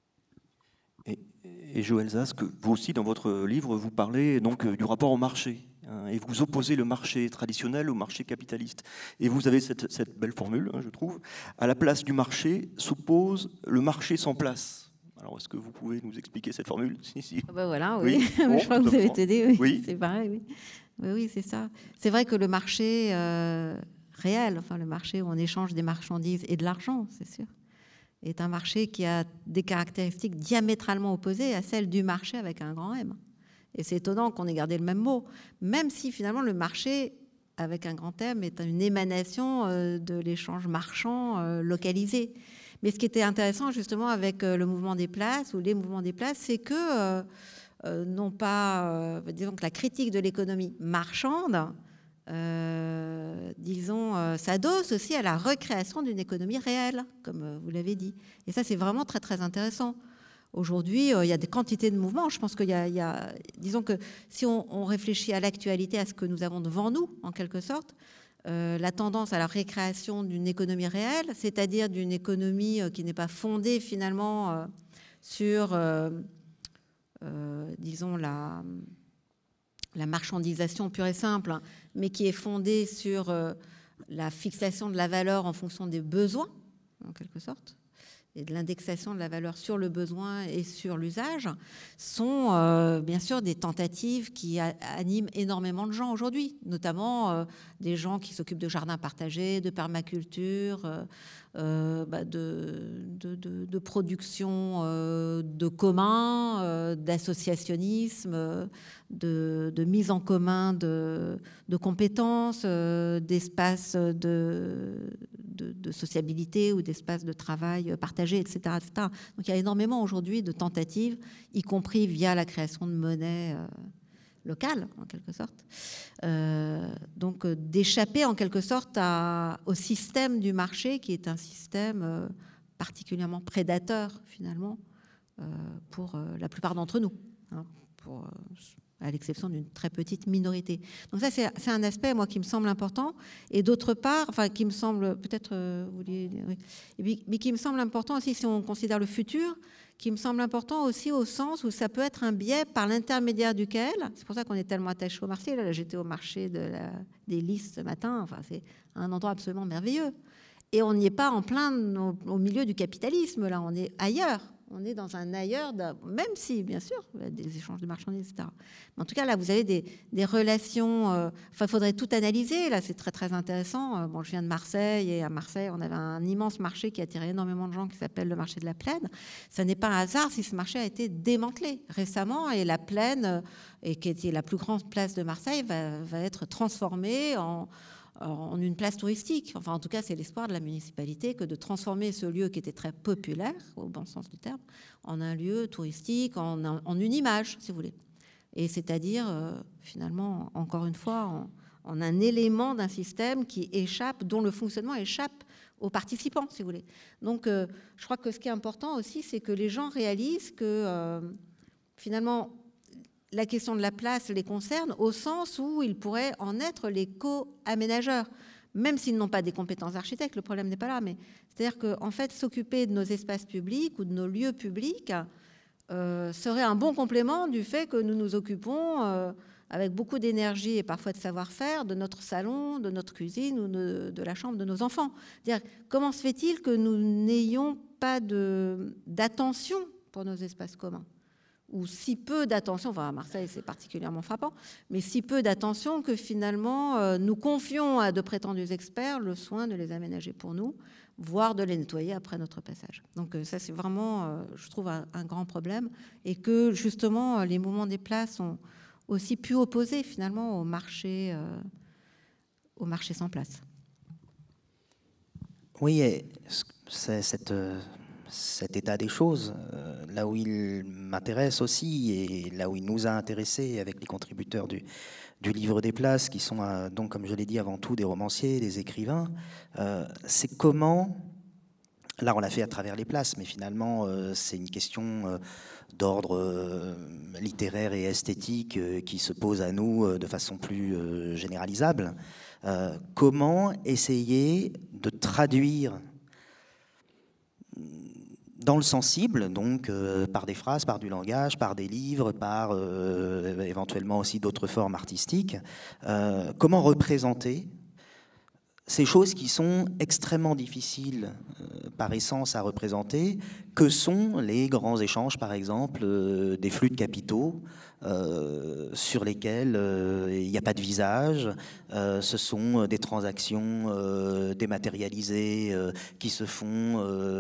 Et Joël Zask, vous aussi, dans votre livre, vous parlez donc du rapport au marché, hein, et vous opposez le marché traditionnel au marché capitaliste. Et vous avez cette belle formule, hein, je trouve. À la place du marché s'oppose le marché sans place. Alors, est-ce que vous pouvez nous expliquer cette formule? Si. Ben voilà, oui. Bon, je crois que vous avez aidé. Oui. Oui. C'est pareil, oui. Oui, c'est ça. C'est vrai que le marché réel, enfin le marché où on échange des marchandises et de l'argent, c'est sûr, est un marché qui a des caractéristiques diamétralement opposées à celles du marché avec un grand M. Et c'est étonnant qu'on ait gardé le même mot, même si finalement le marché avec un grand M est une émanation de l'échange marchand localisé. Mais ce qui était intéressant justement avec le mouvement des places ou les mouvements des places, c'est que non pas, disons que la critique de l'économie marchande, s'adosse aussi à la recréation d'une économie réelle, comme vous l'avez dit. Et ça, c'est vraiment très, très intéressant. Aujourd'hui, il y a des quantités de mouvements. Je pense qu'il y a, disons que si on réfléchit à l'actualité, à ce que nous avons devant nous, en quelque sorte, la tendance à la récréation d'une économie réelle, c'est-à-dire d'une économie qui n'est pas fondée finalement sur, disons, la marchandisation pure et simple, hein, mais qui est fondée sur la fixation de la valeur en fonction des besoins, en quelque sorte, et de l'indexation de la valeur sur le besoin et sur l'usage, sont bien sûr des tentatives qui animent énormément de gens aujourd'hui, notamment des gens qui s'occupent de jardins partagés, de permaculture, de production de commun, d'associationnisme, de mise en commun de compétences, d'espaces de sociabilité ou d'espaces de travail partagés, etc., etc. Donc il y a énormément aujourd'hui de tentatives, y compris via la création de monnaie locale, en quelque sorte, donc d'échapper en quelque sorte au système du marché, qui est un système particulièrement prédateur, finalement, pour la plupart d'entre nous, hein, à l'exception d'une très petite minorité. Donc ça, c'est un aspect, moi, qui me semble important. Et d'autre part, enfin, qui me semble, peut-être, mais qui me semble important aussi, si on considère le futur, qui me semble important aussi au sens où ça peut être un biais par l'intermédiaire duquel, c'est pour ça qu'on est tellement attaché au marché. Là, j'étais au marché des Lys ce matin, enfin, c'est un endroit absolument merveilleux. Et on n'y est pas en plein au milieu du capitalisme, là, on est ailleurs. On est dans un ailleurs, même si, bien sûr, il y a des échanges de marchandises, etc. Mais en tout cas, là, vous avez des relations... Enfin, il faudrait tout analyser. Là, c'est très, très intéressant. Bon, je viens de Marseille, et à Marseille, on avait un immense marché qui attirait énormément de gens, qui s'appelle le marché de la Plaine. Ça n'est pas un hasard si ce marché a été démantelé récemment. Et la Plaine, qui était la plus grande place de Marseille, va être transformée en une place touristique. Enfin, en tout cas, c'est l'espoir de la municipalité que de transformer ce lieu qui était très populaire, au bon sens du terme, en un lieu touristique, en une image, si vous voulez. Et c'est-à-dire, finalement, encore une fois, en un élément d'un système qui échappe, dont le fonctionnement échappe aux participants, si vous voulez. Donc, je crois que ce qui est important aussi, c'est que les gens réalisent que, finalement, la question de la place les concerne au sens où ils pourraient en être les co-aménageurs, même s'ils n'ont pas des compétences d'architecte, le problème n'est pas là. Mais c'est-à-dire qu'en fait, s'occuper de nos espaces publics ou de nos lieux publics serait un bon complément du fait que nous nous occupons avec beaucoup d'énergie et parfois de savoir-faire de notre salon, de notre cuisine ou de la chambre de nos enfants. C'est-à-dire, comment se fait-il que nous n'ayons pas d'attention pour nos espaces communs ? Ou si peu d'attention, enfin à Marseille c'est particulièrement frappant, mais si peu d'attention que finalement nous confions à de prétendus experts le soin de les aménager pour nous, voire de les nettoyer après notre passage. Donc ça c'est vraiment, je trouve, un grand problème, et que justement les mouvements des places ont aussi pu opposer finalement au marché sans place. Oui, et cet état des choses. Là où il m'intéresse aussi, et là où il nous a intéressés avec les contributeurs du livre des places, qui sont donc, comme je l'ai dit, avant tout des romanciers, des écrivains, c'est comment, là on l'a fait à travers les places, mais finalement c'est une question d'ordre littéraire et esthétique qui se pose à nous de façon plus généralisable. Comment essayer de traduire dans le sensible, donc par des phrases, par du langage, par des livres, par éventuellement aussi d'autres formes artistiques, comment représenter ces choses qui sont extrêmement difficiles par essence à représenter, que sont les grands échanges, par exemple, des flux de capitaux, sur lesquels il n'y a pas de visage. Ce sont des transactions dématérialisées qui se font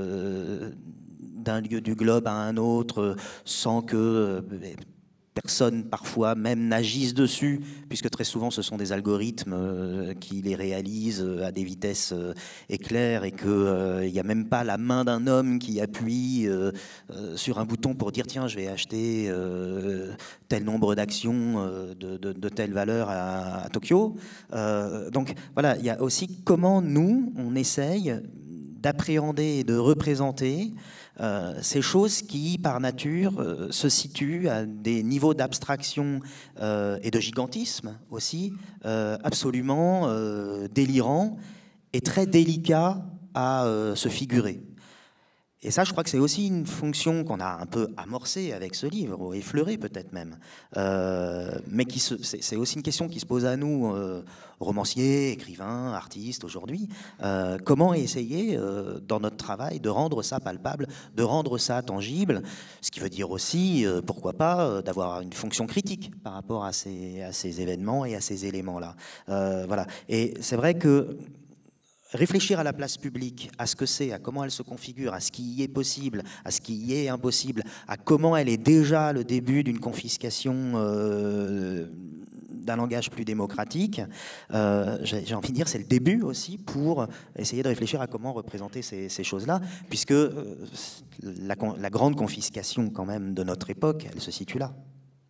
d'un lieu du globe à un autre sans que personne parfois même n'agisse dessus, puisque très souvent ce sont des algorithmes qui les réalisent à des vitesses éclairs et qu'il n'y a même pas la main d'un homme qui appuie sur un bouton pour dire tiens je vais acheter tel nombre d'actions de telle valeur à Tokyo. Donc voilà, il y a aussi comment nous on essaye d'appréhender et de représenter ces choses qui, par nature, se situent à des niveaux d'abstraction et de gigantisme aussi, absolument délirants et très délicats à se figurer. Et ça, je crois que c'est aussi une fonction qu'on a un peu amorcée avec ce livre, ou effleurée peut-être même. Mais c'est aussi une question qui se pose à nous, romanciers, écrivains, artistes aujourd'hui. Comment essayer, dans notre travail, de rendre ça palpable, de rendre ça tangible, ce qui veut dire aussi, pourquoi pas, d'avoir une fonction critique par rapport à ces événements et à ces éléments-là. Voilà. Et c'est vrai que réfléchir à la place publique, à ce que c'est, à comment elle se configure, à ce qui y est possible, à ce qui y est impossible, à comment elle est déjà le début d'une confiscation d'un langage plus démocratique, j'ai envie de dire c'est le début aussi pour essayer de réfléchir à comment représenter ces choses-là, puisque la grande confiscation quand même de notre époque, elle se situe là.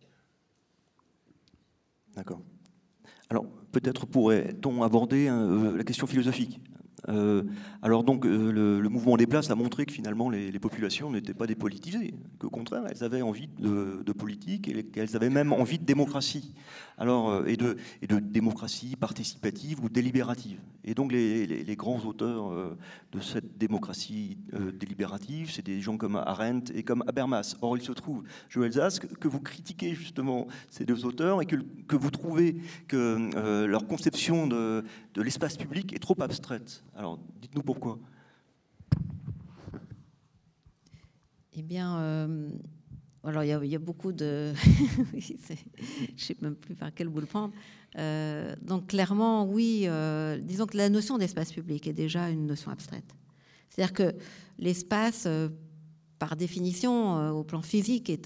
D'accord. Alors, peut-être pourrait-on aborder la question philosophique. Alors donc, le mouvement des places a montré que finalement les populations n'étaient pas dépolitisées, qu'au contraire, elles avaient envie de politique et qu'elles avaient même envie de démocratie. Alors, et de démocratie participative ou délibérative. Et donc les grands auteurs de cette démocratie délibérative, c'est des gens comme Arendt et comme Habermas. Or, il se trouve, Joël Zask, que vous critiquez justement ces deux auteurs et que vous trouvez que leur conception de l'espace public est trop abstraite. Alors, dites-nous pourquoi. Eh bien, alors il y a beaucoup de... je ne sais même plus par quel bout le prendre. Donc clairement, oui, disons que la notion d'espace public est déjà une notion abstraite. C'est-à-dire que l'espace, par définition, au plan physique, est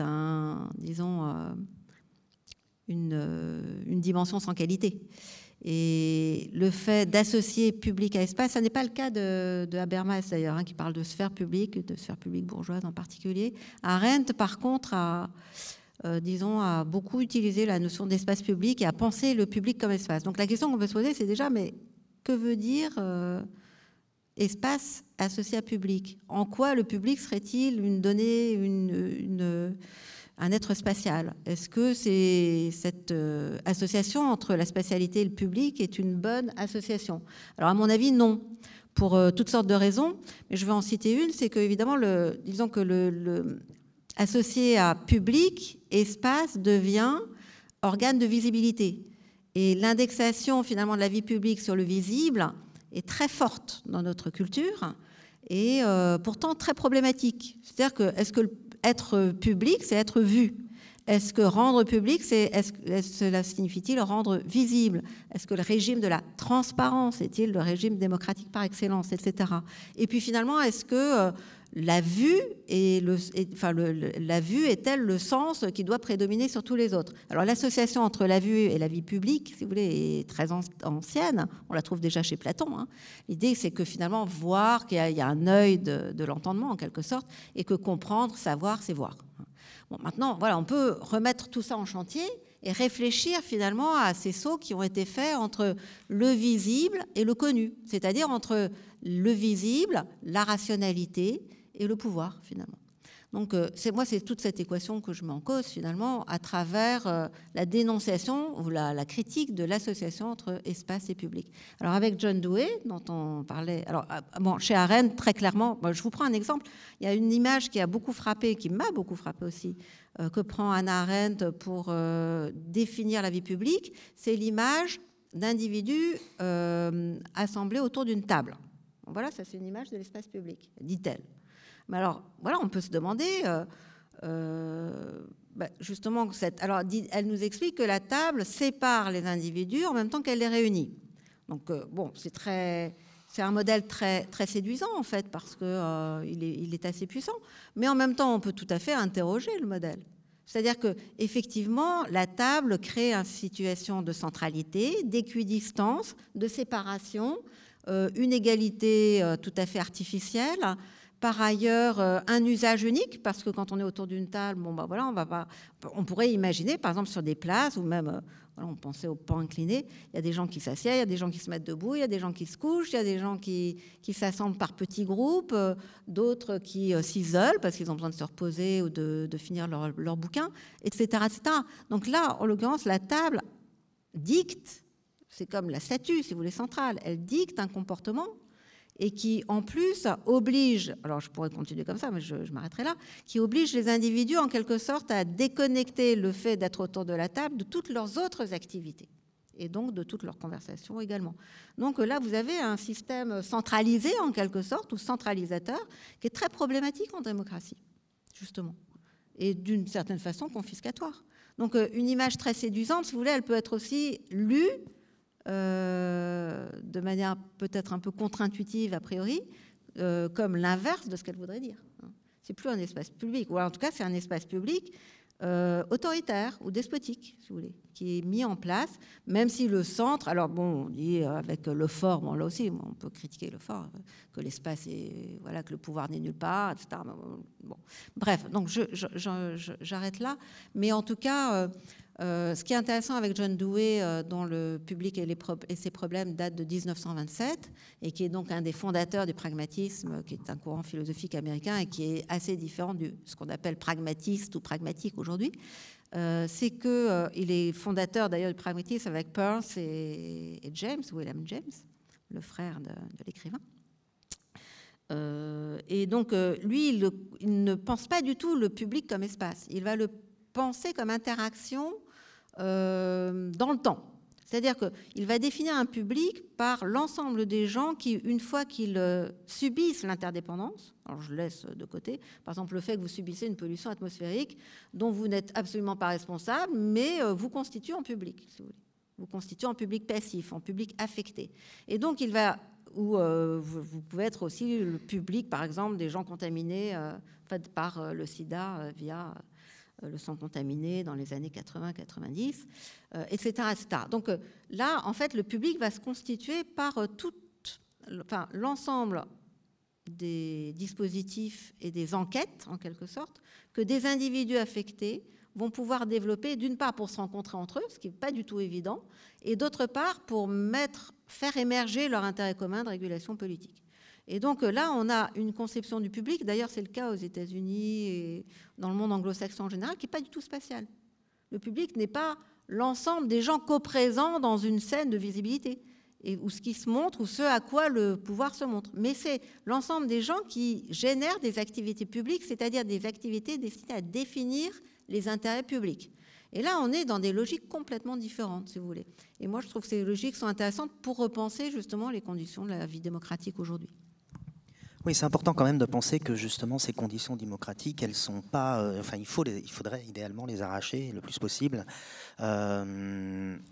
une dimension sans qualité. Et le fait d'associer public à espace, ça n'est pas le cas de Habermas d'ailleurs, qui parle de sphère publique bourgeoise en particulier. Arendt, par contre, a beaucoup utilisé la notion d'espace public et a pensé le public comme espace. Donc la question qu'on peut se poser, c'est déjà, mais que veut dire espace associé à public? En quoi le public serait-il une donnée, un être spatial? Est-ce que cette association entre la spatialité et le public est une bonne association? Alors à mon avis, non, pour toutes sortes de raisons, mais je vais en citer une, c'est que évidemment, disons que associé à public, espace devient organe de visibilité. Et l'indexation finalement de la vie publique sur le visible est très forte dans notre culture et pourtant très problématique. C'est-à-dire que est-ce que être public, c'est être vu? Est-ce que rendre public, cela signifie-t-il rendre visible? Est-ce que le régime de la transparence est-il le régime démocratique par excellence, etc. Et puis finalement, est-ce que la vue la vue est-elle le sens qui doit prédominer sur tous les autres? Alors l'association entre la vue et la vie publique, si vous voulez, est très ancienne. On la trouve déjà chez Platon. Hein. L'idée, c'est que finalement, voir qu'il y a un œil de l'entendement, en quelque sorte, et que comprendre, savoir, c'est voir. Bon, maintenant, voilà, on peut remettre tout ça en chantier et réfléchir finalement à ces sauts qui ont été faits entre le visible et le connu, c'est-à-dire entre le visible, la rationalité et le pouvoir, finalement. Donc, c'est toute cette équation que je mets en cause, finalement, à travers la dénonciation ou la critique de l'association entre espace et public. Alors, avec John Dewey, dont on parlait... Alors, bon, chez Arendt, très clairement, je vous prends un exemple. Il y a une image qui a beaucoup frappé, qui m'a beaucoup frappé aussi, que prend Hannah Arendt pour définir la vie publique. C'est l'image d'individus assemblés autour d'une table. Voilà, ça c'est une image de l'espace public, dit-elle. Mais alors, voilà, on peut se demander, justement, alors elle nous explique que la table sépare les individus en même temps qu'elle les réunit. Donc, bon, c'est un modèle très, très séduisant, en fait, parce qu'il est assez puissant. Mais en même temps, on peut tout à fait interroger le modèle. C'est-à-dire qu'effectivement, la table crée une situation de centralité, d'équidistance, de séparation, une égalité tout à fait artificielle. Par ailleurs, un usage unique, parce que quand on est autour d'une table, on pourrait imaginer, par exemple, sur des places, ou même, on pensait au pan incliné, il y a des gens qui s'assiedent, il y a des gens qui se mettent debout, il y a des gens qui se couchent, il y a des gens qui s'assemblent par petits groupes, d'autres qui s'isolent parce qu'ils ont besoin de se reposer ou de finir leur bouquin, etc., etc. Donc là, en l'occurrence, la table dicte, c'est comme la statue, si vous voulez, centrale, elle dicte un comportement et qui, en plus, oblige, alors je pourrais continuer comme ça, mais je m'arrêterai là, qui oblige les individus, en quelque sorte, à déconnecter le fait d'être autour de la table de toutes leurs autres activités, et donc de toutes leurs conversations également. Donc là, vous avez un système centralisé, en quelque sorte, ou centralisateur, qui est très problématique en démocratie, justement, et d'une certaine façon confiscatoire. Donc une image très séduisante, si vous voulez, elle peut être aussi lue de manière peut-être un peu contre-intuitive a priori, comme l'inverse de ce qu'elle voudrait dire. C'est plus un espace public, ou en tout cas c'est un espace public autoritaire ou despotique, si vous voulez, qui est mis en place, même si le centre, alors bon, on dit avec le fort, bon là aussi on peut critiquer le fort, que l'espace est, voilà, que le pouvoir n'est nulle part, etc. Bon, bref, donc j'arrête là, mais en tout cas. Ce qui est intéressant avec John Dewey, dont le public et ses problèmes datent de 1927, et qui est donc un des fondateurs du pragmatisme, qui est un courant philosophique américain et qui est assez différent de ce qu'on appelle pragmatiste ou pragmatique aujourd'hui, c'est qu'il est fondateur d'ailleurs du pragmatisme avec Peirce et James, William James, le frère de l'écrivain. Et donc, lui, il ne pense pas du tout le public comme espace. Il va le penser comme interaction dans le temps. C'est-à-dire qu'il va définir un public par l'ensemble des gens qui, une fois qu'ils subissent l'interdépendance, alors je laisse de côté, par exemple le fait que vous subissez une pollution atmosphérique dont vous n'êtes absolument pas responsable, mais vous constituez en public, si vous voulez. Vous constituez en public passif, en public affecté. Et donc il va, ou vous pouvez être aussi le public, par exemple, des gens contaminés par le sida via le sang contaminé dans les années 80-90, etc., etc. Donc là, en fait, le public va se constituer par l'ensemble des dispositifs et des enquêtes, en quelque sorte, que des individus affectés vont pouvoir développer, d'une part pour se rencontrer entre eux, ce qui n'est pas du tout évident, et d'autre part pour faire émerger leur intérêt commun de régulation politique. Et donc là, on a une conception du public, d'ailleurs c'est le cas aux États-Unis et dans le monde anglo-saxon en général, qui n'est pas du tout spatial. Le public n'est pas l'ensemble des gens coprésents dans une scène de visibilité, ou ce qui se montre, ou ce à quoi le pouvoir se montre. Mais c'est l'ensemble des gens qui génèrent des activités publiques, c'est-à-dire des activités destinées à définir les intérêts publics. Et là, on est dans des logiques complètement différentes, si vous voulez. Et moi, je trouve que ces logiques sont intéressantes pour repenser justement les conditions de la vie démocratique aujourd'hui. Oui, c'est important quand même de penser que justement ces conditions démocratiques, elles sont pas. Enfin, il faudrait idéalement les arracher le plus possible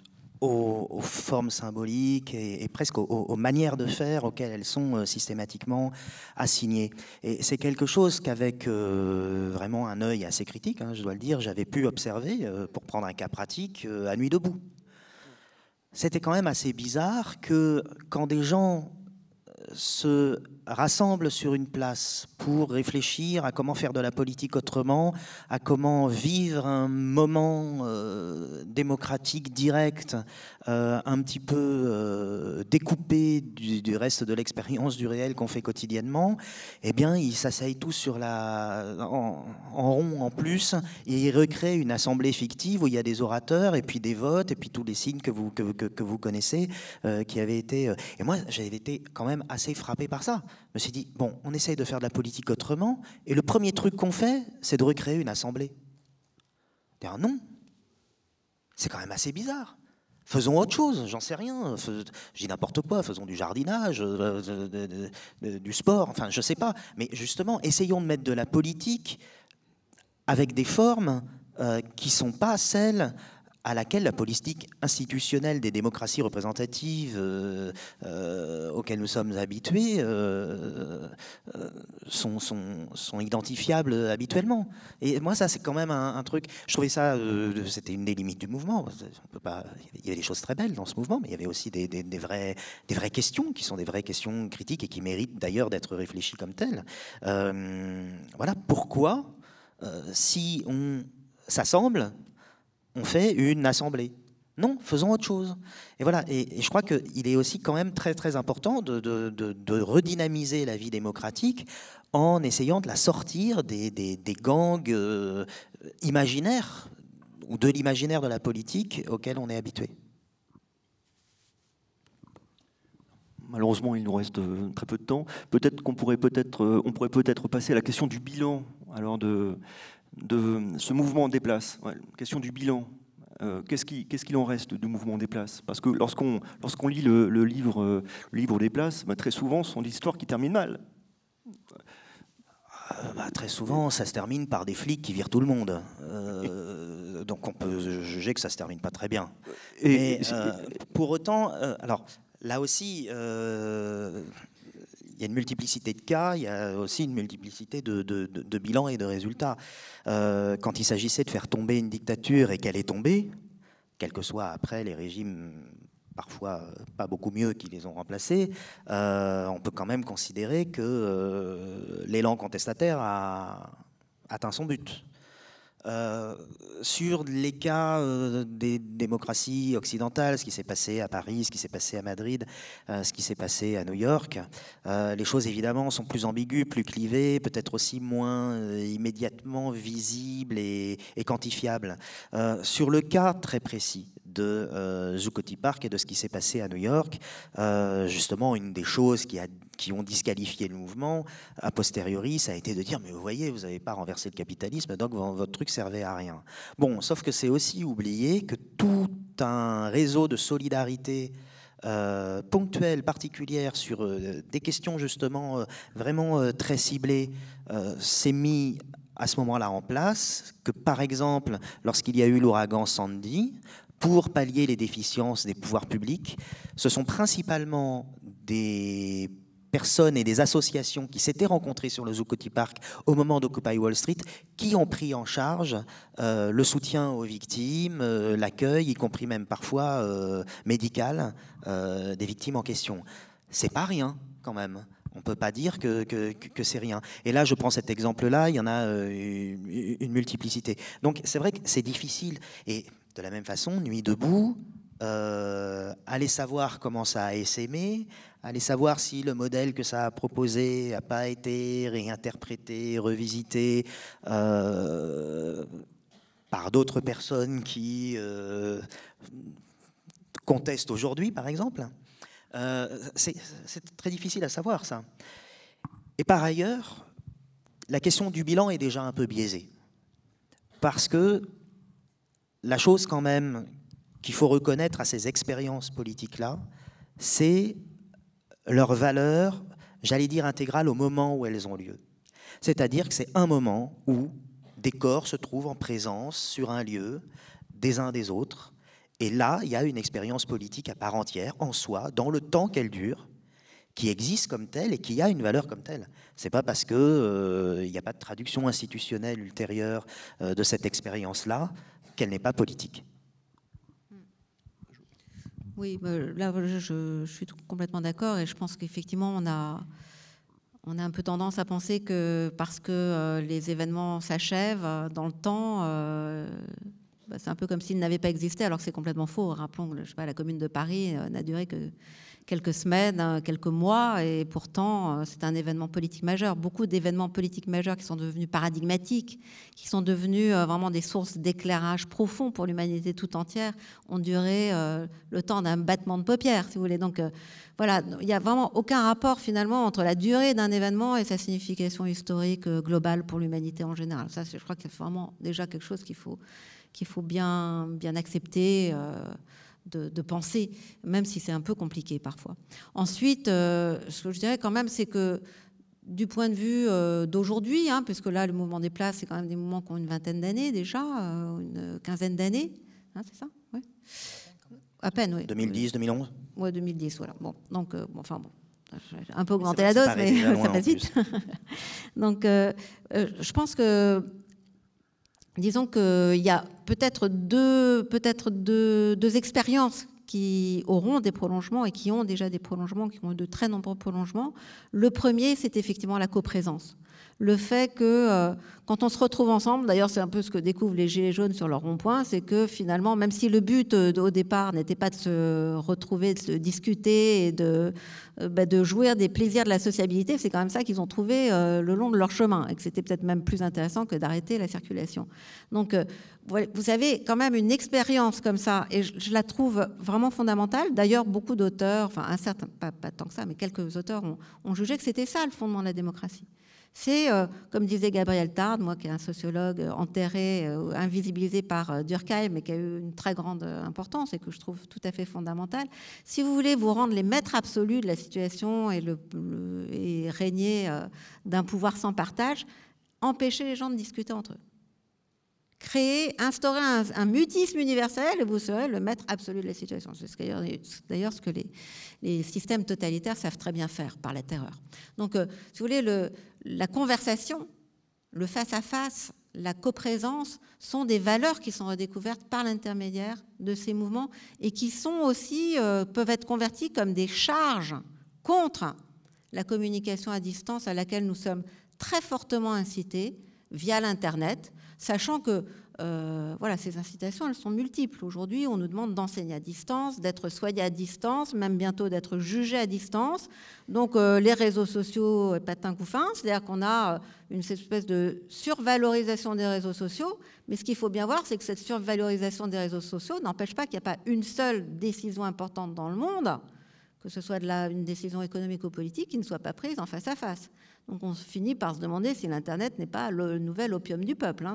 aux formes symboliques et presque aux manières de faire auxquelles elles sont systématiquement assignées. Et c'est quelque chose qu'avec vraiment un œil assez critique, hein, je dois le dire, j'avais pu observer, pour prendre un cas pratique, à Nuit debout. C'était quand même assez bizarre que quand des gens se rassemblent sur une place pour réfléchir à comment faire de la politique autrement, à comment vivre un moment démocratique direct, un petit peu découpé du reste de l'expérience du réel qu'on fait quotidiennement, eh bien, ils s'asseyent tous en rond en plus, et ils recréent une assemblée fictive où il y a des orateurs, et puis des votes, et puis tous les signes que vous connaissez, qui avaient été... Et moi, j'avais été quand même assez frappé par ça. Je me suis dit, bon, on essaye de faire de la politique autrement, et le premier truc qu'on fait, c'est de recréer une assemblée. Dire non, c'est quand même assez bizarre. Faisons autre chose, j'en sais rien. Je dis n'importe quoi, faisons du jardinage, du sport, enfin, je sais pas. Mais justement, essayons de mettre de la politique avec des formes qui sont pas celles à laquelle la politique institutionnelle des démocraties représentatives auxquelles nous sommes habitués sont identifiables habituellement. Et moi, ça, c'est quand même un truc... Je trouvais ça... c'était une des limites du mouvement. On peut pas, il y avait des choses très belles dans ce mouvement, mais il y avait aussi des vraies questions, qui sont des vraies questions critiques et qui méritent d'ailleurs d'être réfléchies comme telles. Voilà, pourquoi, si on s'assemble, on fait une assemblée? Non, faisons autre chose. Et voilà. Et je crois qu'il est aussi quand même très très important de redynamiser la vie démocratique en essayant de la sortir des gangs imaginaires ou de l'imaginaire de la politique auquel on est habitué. Malheureusement, il nous reste très peu de temps. Peut-être qu'on pourrait peut-être passer à la question du bilan. Alors de ce mouvement des places. Ouais, question du bilan. Qu'est-ce qu'il en reste du mouvement des places? Parce que lorsqu'on lit le livre des places, très souvent, ce sont des histoires qui terminent mal. Très souvent, ça se termine par des flics qui virent tout le monde. Donc on peut juger que ça se termine pas très bien. Mais pour autant, alors là aussi... il y a une multiplicité de cas, il y a aussi une multiplicité de bilans et de résultats. Quand il s'agissait de faire tomber une dictature et qu'elle est tombée, quels que soient après les régimes, parfois pas beaucoup mieux qui les ont remplacés, on peut quand même considérer que l'élan contestataire a atteint son but. Sur les cas des démocraties occidentales, ce qui s'est passé à Paris, ce qui s'est passé à Madrid, ce qui s'est passé à New York, les choses évidemment sont plus ambiguës, plus clivées, peut-être aussi moins immédiatement visibles et quantifiables. Sur le cas très précis de Zuccotti Park et de ce qui s'est passé à New York, justement une des choses qui ont disqualifié le mouvement, a posteriori, ça a été de dire « mais vous voyez, vous n'avez pas renversé le capitalisme, donc votre truc servait à rien ». Bon, sauf que c'est aussi oublier que tout un réseau de solidarité ponctuelle, particulière, sur des questions justement vraiment très ciblées, s'est mis à ce moment-là en place, que par exemple, lorsqu'il y a eu l'ouragan Sandy, pour pallier les déficiences des pouvoirs publics, ce sont principalement des personnes et des associations qui s'étaient rencontrées sur le Zuccotti Park au moment d'Occupy Wall Street, qui ont pris en charge le soutien aux victimes, l'accueil, y compris même parfois médical, des victimes en question. C'est pas rien, quand même. On ne peut pas dire que c'est rien. Et là, je prends cet exemple-là, il y en a une multiplicité. Donc, c'est vrai que c'est difficile. Et de la même façon, Nuit debout, aller savoir comment ça a essaimé, aller savoir si le modèle que ça a proposé n'a pas été réinterprété, revisité par d'autres personnes qui contestent aujourd'hui, par exemple. C'est très difficile à savoir, ça. Et par ailleurs, la question du bilan est déjà un peu biaisée. Parce que la chose quand même qu'il faut reconnaître à ces expériences politiques-là, c'est leur valeur, j'allais dire intégrale, au moment où elles ont lieu. C'est-à-dire que c'est un moment où des corps se trouvent en présence sur un lieu des uns des autres Et là, il y a une expérience politique à part entière, en soi, dans le temps qu'elle dure, qui existe comme telle et qui a une valeur comme telle. C'est pas parce qu'il n'y a pas de traduction institutionnelle ultérieure de cette expérience-là qu'elle n'est pas politique. Oui, là, je suis complètement d'accord et je pense qu'effectivement, on a un peu tendance à penser que parce que les événements s'achèvent dans le temps, c'est un peu comme s'ils n'avaient pas existé, alors que c'est complètement faux. Rappelons que la Commune de Paris n'a duré que quelques semaines, quelques mois, et pourtant c'est un événement politique majeur. Beaucoup d'événements politiques majeurs qui sont devenus paradigmatiques, qui sont devenus vraiment des sources d'éclairage profond pour l'humanité tout entière, ont duré le temps d'un battement de paupières, si vous voulez. Donc voilà, il n'y a vraiment aucun rapport finalement entre la durée d'un événement et sa signification historique globale pour l'humanité en général. Ça, je crois que c'est vraiment déjà quelque chose qu'il faut bien accepter, de penser, même si c'est un peu compliqué parfois. Ensuite, ce que je dirais quand même, c'est que du point de vue d'aujourd'hui, puisque là, le mouvement des places, c'est quand même des mouvements qui ont une vingtaine d'années déjà, une quinzaine d'années, c'est ça, ouais. À peine, oui. 2010, 2011 ? Oui, 2010, voilà. Bon, donc, j'ai un peu augmenté la dose, mais ça passe vite. Donc, je pense que disons qu'il y a peut-être deux expériences qui auront des prolongements et qui ont déjà des prolongements, qui ont eu de très nombreux prolongements. Le premier, c'est effectivement la coprésence. Le fait que quand on se retrouve ensemble, d'ailleurs c'est un peu ce que découvrent les Gilets jaunes sur leur rond-point, c'est que finalement, même si le but au départ n'était pas de se retrouver, de se discuter et de jouir des plaisirs de la sociabilité, c'est quand même ça qu'ils ont trouvé le long de leur chemin, et que c'était peut-être même plus intéressant que d'arrêter la circulation. Donc vous avez quand même une expérience comme ça, et je la trouve vraiment fondamentale. D'ailleurs, beaucoup d'auteurs, enfin un certain, pas tant que ça, mais quelques auteurs ont jugé que c'était ça le fondement de la démocratie. C'est, comme disait Gabriel Tarde, moi qui est un sociologue enterré, invisibilisé par Durkheim, mais qui a eu une très grande importance et que je trouve tout à fait fondamentale. Si vous voulez vous rendre les maîtres absolus de la situation et régner d'un pouvoir sans partage, empêchez les gens de discuter entre eux. Instaurer un mutisme universel et vous serez le maître absolu de la situation. C'est d'ailleurs ce que les systèmes totalitaires savent très bien faire par la terreur. Donc, si vous voulez, la conversation, le face-à-face, la coprésence sont des valeurs qui sont redécouvertes par l'intermédiaire de ces mouvements et qui sont aussi, peuvent être converties comme des charges contre la communication à distance à laquelle nous sommes très fortement incités via l'Internet, sachant que ces incitations, elles sont multiples. Aujourd'hui, on nous demande d'enseigner à distance, d'être soigné à distance, même bientôt d'être jugé à distance. Donc, les réseaux sociaux, patin couffin, c'est-à-dire qu'on a une espèce de survalorisation des réseaux sociaux. Mais ce qu'il faut bien voir, c'est que cette survalorisation des réseaux sociaux n'empêche pas qu'il n'y a pas une seule décision importante dans le monde, que ce soit une décision économique ou politique, qui ne soit pas prise en face à face. Donc on finit par se demander si l'Internet n'est pas le nouvel opium du peuple.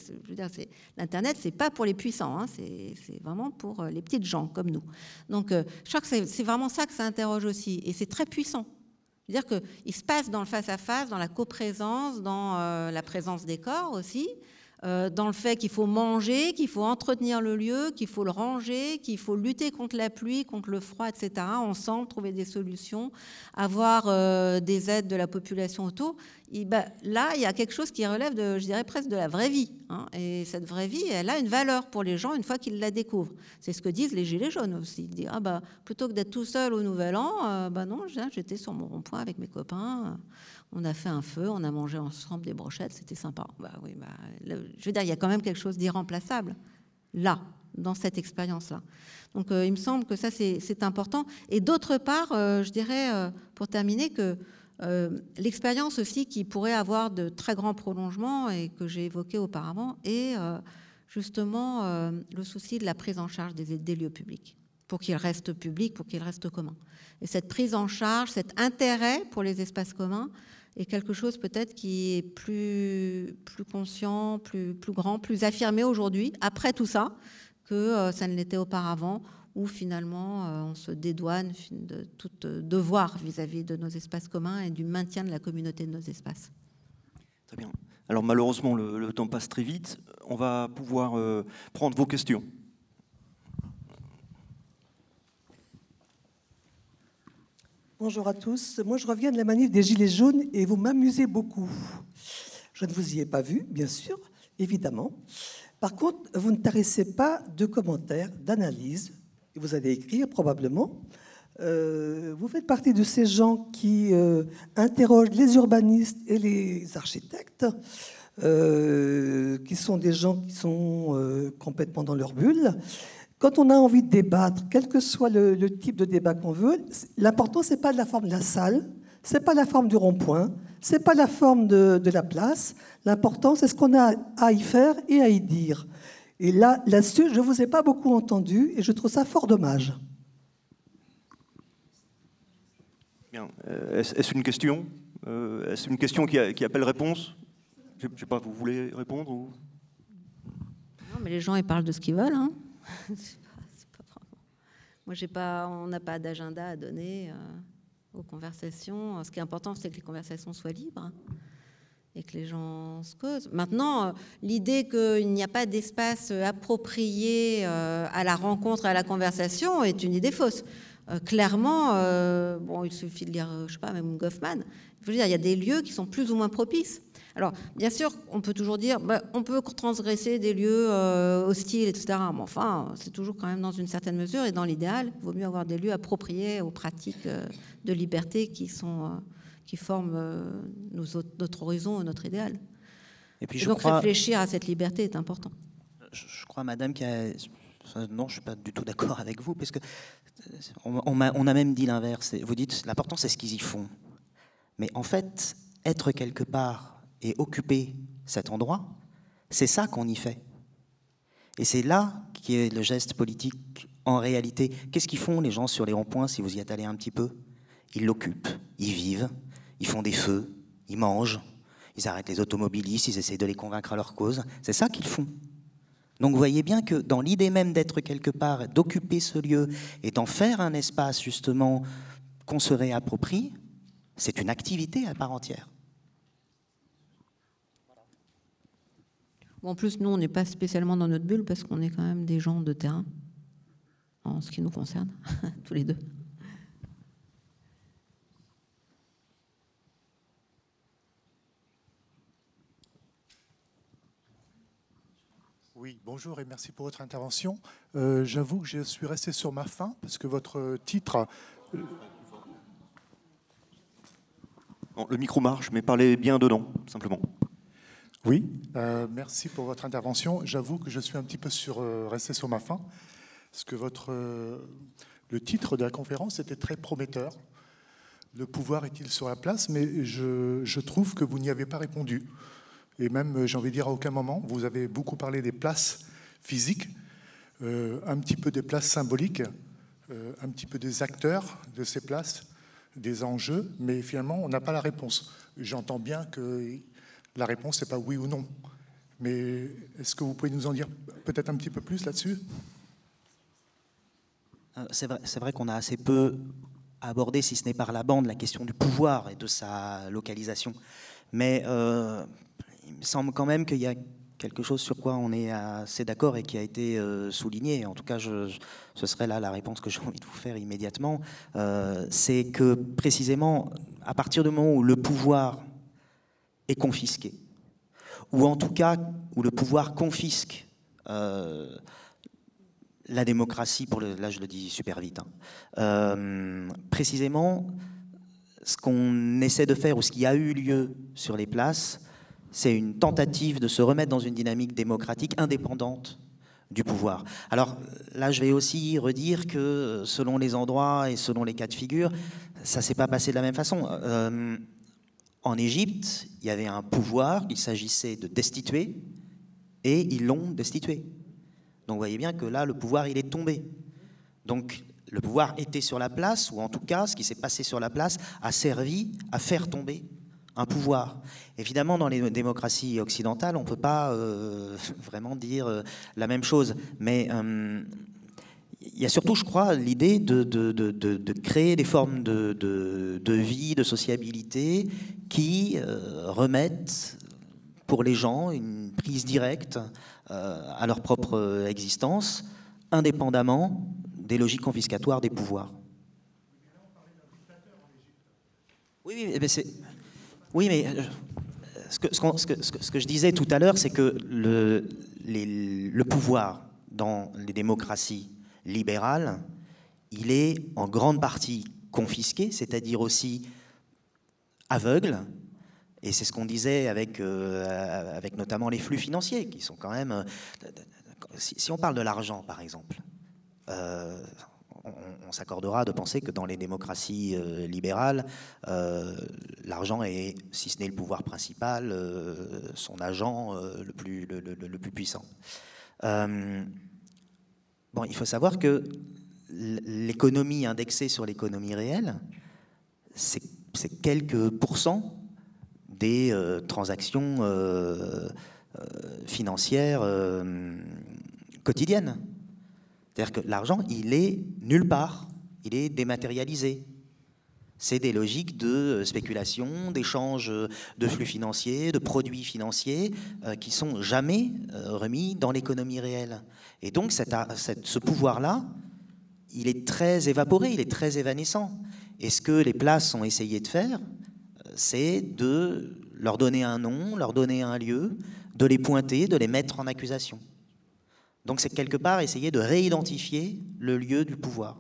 L'Internet, c'est pas pour les puissants, c'est vraiment pour les petites gens comme nous. Donc je crois que c'est vraiment ça que ça interroge aussi, et c'est très puissant. C'est-à-dire qu'il se passe dans le face-à-face, dans la coprésence, dans la présence des corps aussi, dans le fait qu'il faut manger, qu'il faut entretenir le lieu, qu'il faut le ranger, qu'il faut lutter contre la pluie, contre le froid, etc. Ensemble, trouver des solutions, avoir des aides de la population autour. Là, il y a quelque chose qui relève, je dirais presque de la vraie vie. Et cette vraie vie, elle a une valeur pour les gens une fois qu'ils la découvrent. C'est ce que disent les Gilets jaunes aussi. Ils disent, plutôt que d'être tout seul au Nouvel An, non, j'étais sur mon rond-point avec mes copains. On a fait un feu, on a mangé ensemble des brochettes, c'était sympa. Je veux dire, il y a quand même quelque chose d'irremplaçable, là, dans cette expérience-là. Donc, il me semble que ça, c'est important. Et d'autre part, je dirais, pour terminer, que l'expérience aussi qui pourrait avoir de très grands prolongements, et que j'ai évoqué auparavant, est justement le souci de la prise en charge des lieux publics, pour qu'ils restent publics, pour qu'ils restent communs. Et cette prise en charge, cet intérêt pour les espaces communs est quelque chose peut-être qui est plus conscient, plus grand, plus affirmé aujourd'hui, après tout ça, que ça ne l'était auparavant, où finalement on se dédouane de tout devoir vis-à-vis de nos espaces communs et du maintien de la communauté de nos espaces. Très bien. Alors malheureusement, le temps passe très vite. On va pouvoir prendre vos questions. Bonjour à tous. Moi, je reviens de la manif des Gilets jaunes et vous m'amusez beaucoup. Je ne vous y ai pas vu, bien sûr, évidemment. Par contre, vous ne tarissez pas de commentaires, d'analyses. Vous allez écrire probablement. Vous faites partie de ces gens qui interrogent les urbanistes et les architectes, qui sont des gens qui sont complètement dans leur bulle. Quand on a envie de débattre, quel que soit le type de débat qu'on veut, l'important, ce n'est pas la forme de la salle, ce n'est pas la forme du rond-point, ce n'est pas la forme de la place. L'important, c'est ce qu'on a à y faire et à y dire. Et là-dessus, je ne vous ai pas beaucoup entendu et je trouve ça fort dommage. Bien. Est-ce une question Est-ce une question qui appelle réponse? Je ne sais pas, vous voulez répondre ou... Non, mais les gens, ils parlent de ce qu'ils veulent, hein. C'est pas vraiment... Moi, on n'a pas d'agenda à donner aux conversations. Ce qui est important, c'est que les conversations soient libres et que les gens se causent. Maintenant, l'idée qu'il n'y a pas d'espace approprié à la rencontre et à la conversation est une idée fausse. Clairement, bon, il suffit de lire, je sais pas, même Goffman. Je veux dire, il y a des lieux qui sont plus ou moins propices. Alors, bien sûr, on peut toujours dire, on peut transgresser des lieux hostiles, etc. Mais enfin, c'est toujours quand même dans une certaine mesure, et dans l'idéal, il vaut mieux avoir des lieux appropriés aux pratiques de liberté qui forment notre horizon, notre idéal. Et puis, donc, réfléchir à cette liberté est important. Je crois, madame, non, je ne suis pas du tout d'accord avec vous, parce que on a même dit l'inverse. Vous dites, l'important, c'est ce qu'ils y font. Mais en fait, être quelque part et occuper cet endroit, c'est ça qu'on y fait. Et c'est là qui est le geste politique en réalité. Qu'est-ce qu'ils font les gens sur les ronds-points si vous y êtes allé un petit peu? Ils l'occupent, ils vivent, ils font des feux, ils mangent, ils arrêtent les automobilistes, ils essaient de les convaincre à leur cause. C'est ça qu'ils font. Donc vous voyez bien que dans l'idée même d'être quelque part, d'occuper ce lieu et d'en faire un espace justement qu'on se réapproprie, c'est une activité à part entière. En plus, nous, on n'est pas spécialement dans notre bulle parce qu'on est quand même des gens de terrain, en ce qui nous concerne, tous les deux. Oui, bonjour et merci pour votre intervention. J'avoue que je suis resté sur ma faim parce que votre titre... Bon, le micro marche, mais parlez bien dedans, simplement. Oui, merci pour votre intervention. J'avoue que je suis un petit peu resté sur ma faim, parce que le titre de la conférence était très prometteur. Le pouvoir est-il sur la place? Mais je trouve que vous n'y avez pas répondu. Et même, j'ai envie de dire, à aucun moment. Vous avez beaucoup parlé des places physiques, un petit peu des places symboliques, un petit peu des acteurs de ces places, des enjeux, mais finalement, on n'a pas la réponse. J'entends bien que... La réponse, c'est pas oui ou non. Mais est-ce que vous pouvez nous en dire peut-être un petit peu plus là-dessus? C'est vrai qu'on a assez peu abordé, si ce n'est par la bande, la question du pouvoir et de sa localisation. Mais il me semble quand même qu'il y a quelque chose sur quoi on est assez d'accord et qui a été souligné. En tout cas, ce serait là la réponse que j'ai envie de vous faire immédiatement. C'est que précisément, à partir du moment où le pouvoir est confisqué, ou en tout cas où le pouvoir confisque la démocratie, là je le dis super vite, précisément ce qu'on essaie de faire ou ce qui a eu lieu sur les places, c'est une tentative de se remettre dans une dynamique démocratique indépendante du pouvoir. Alors là, je vais aussi redire que selon les endroits et selon les cas de figure, ça ne s'est pas passé de la même façon. En Égypte, il y avait un pouvoir qu'il s'agissait de destituer, et ils l'ont destitué. Donc vous voyez bien que là, le pouvoir, il est tombé. Donc le pouvoir était sur la place, ou en tout cas, ce qui s'est passé sur la place a servi à faire tomber un pouvoir. Évidemment, dans les démocraties occidentales, on ne peut pas vraiment dire la même chose, mais il y a surtout, je crois, l'idée de créer des formes de vie, de sociabilité qui remettent pour les gens une prise directe à leur propre existence, indépendamment des logiques confiscatoires des pouvoirs. Oui, mais ce que je disais tout à l'heure, c'est que le pouvoir dans les démocraties libérales, il est en grande partie confisqué, c'est-à-dire aussi aveugle. Et c'est ce qu'on disait avec notamment les flux financiers, qui sont quand même... Si on parle de l'argent, par exemple, on s'accordera de penser que dans les démocraties libérales, l'argent est, si ce n'est le pouvoir principal, son agent le plus puissant. Bon, il faut savoir que l'économie indexée sur l'économie réelle, c'est quelques pourcents des transactions financières quotidiennes. C'est-à-dire que l'argent, il est nulle part, il est dématérialisé. C'est des logiques de spéculation, d'échange de flux financiers, de produits financiers qui sont jamais remis dans l'économie réelle. Et donc ce pouvoir-là, il est très évaporé, il est très évanescent. Et ce que les places ont essayé de faire, c'est de leur donner un nom, leur donner un lieu, de les pointer, de les mettre en accusation. Donc c'est quelque part essayer de réidentifier le lieu du pouvoir.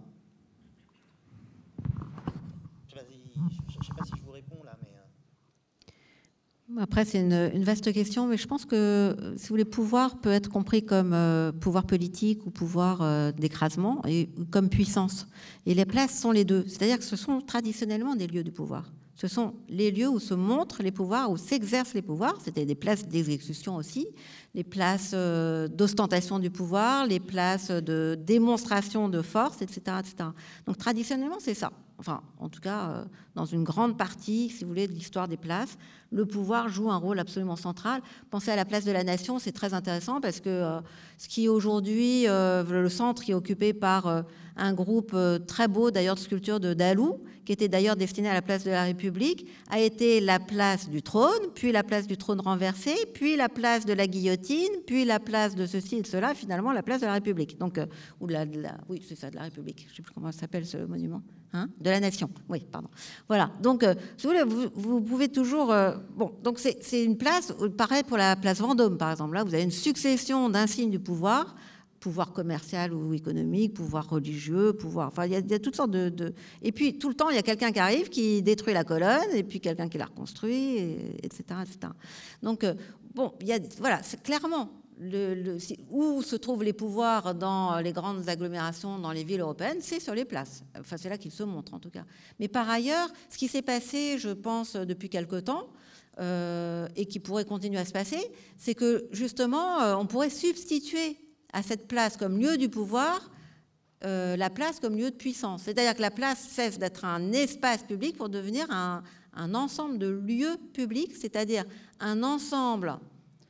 Je ne sais pas si je vous réponds là, mais... Après, c'est une vaste question, mais je pense que, si vous voulez, pouvoir peut être compris comme pouvoir politique ou pouvoir d'écrasement, et comme puissance. Et les places sont les deux. C'est-à-dire que ce sont traditionnellement des lieux du pouvoir. Ce sont les lieux où se montrent les pouvoirs, où s'exercent les pouvoirs. C'était des places d'exécution aussi, les places d'ostentation du pouvoir, les places de démonstration de force, etc., etc. Donc traditionnellement, c'est ça. Enfin, en tout cas, dans une grande partie, si vous voulez, de l'histoire des places, le pouvoir joue un rôle absolument central. Pensez à la place de la Nation, c'est très intéressant parce que ce qui est aujourd'hui, le centre est occupé par un groupe très beau, d'ailleurs, de sculpture de Dalou, qui était d'ailleurs destiné à la place de la République, a été la place du trône, puis la place du trône renversé, puis la place de la guillotine, puis la place de ceci et de cela, finalement la place de la République. Donc, oui, c'est ça, de la République. Je ne sais plus comment s'appelle ce monument. Hein, de la Nation, oui, pardon. Voilà, donc, si vous voulez, vous pouvez toujours... bon, donc c'est une place, pareil pour la place Vendôme, par exemple. Là, vous avez une succession d'insignes du pouvoir commercial ou économique, pouvoir religieux, pouvoir... Enfin, il y a toutes sortes de... Et puis, tout le temps, il y a quelqu'un qui arrive, qui détruit la colonne, et puis quelqu'un qui la reconstruit, etc., etc. Donc, bon, voilà, c'est clairement... où se trouvent les pouvoirs dans les grandes agglomérations, dans les villes européennes, c'est sur les places. Enfin, c'est là qu'ils se montrent, en tout cas. Mais par ailleurs, ce qui s'est passé, je pense, depuis quelque temps, et qui pourrait continuer à se passer, c'est que, justement, on pourrait substituer à cette place comme lieu du pouvoir la place comme lieu de puissance. C'est-à-dire que la place cesse d'être un espace public pour devenir un ensemble de lieux publics, c'est-à-dire un ensemble...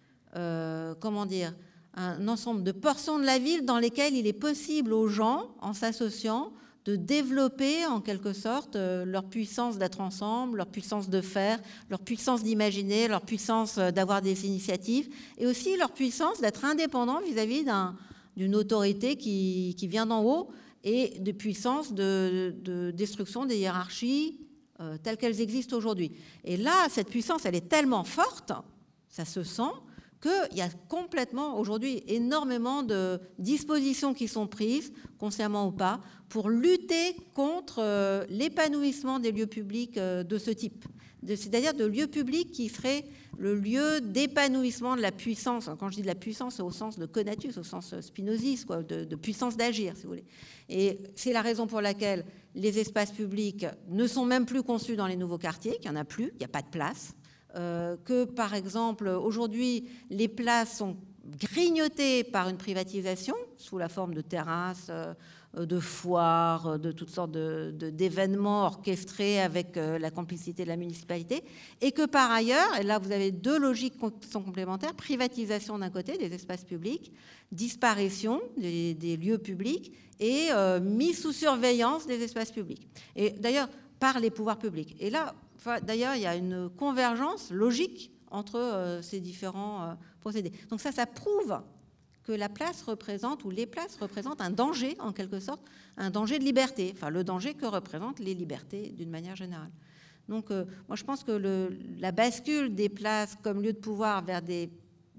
un ensemble de portions de la ville dans lesquelles il est possible aux gens, en s'associant, de développer en quelque sorte leur puissance d'être ensemble, leur puissance de faire, leur puissance d'imaginer, leur puissance d'avoir des initiatives, et aussi leur puissance d'être indépendant vis-à-vis d'une autorité qui vient d'en haut, et de puissance de destruction des hiérarchies telles qu'elles existent aujourd'hui. Et là, cette puissance, elle est tellement forte, ça se sent, qu'il y a complètement aujourd'hui énormément de dispositions qui sont prises, consciemment ou pas, pour lutter contre l'épanouissement des lieux publics de ce type. C'est-à-dire de lieux publics qui seraient le lieu d'épanouissement de la puissance. Quand je dis de la puissance, c'est au sens de conatus, au sens spinoziste, quoi, de puissance d'agir, si vous voulez. Et c'est la raison pour laquelle les espaces publics ne sont même plus conçus dans les nouveaux quartiers, qu'il n'y en a plus, il n'y a pas de place. Que, par exemple, aujourd'hui, les places sont grignotées par une privatisation sous la forme de terrasses, de foires, de toutes sortes d'événements orchestrés avec la complicité de la municipalité, et que, par ailleurs, et là, vous avez deux logiques qui sont complémentaires, privatisation d'un côté des espaces publics, disparition des lieux publics et mise sous surveillance des espaces publics. Et d'ailleurs, par les pouvoirs publics. Et là, d'ailleurs, il y a une convergence logique entre ces différents procédés. Donc ça prouve que la place représente, ou les places représentent un danger, en quelque sorte, un danger de liberté, enfin le danger que représentent les libertés d'une manière générale. Donc, moi, je pense que la bascule des places comme lieu de pouvoir vers des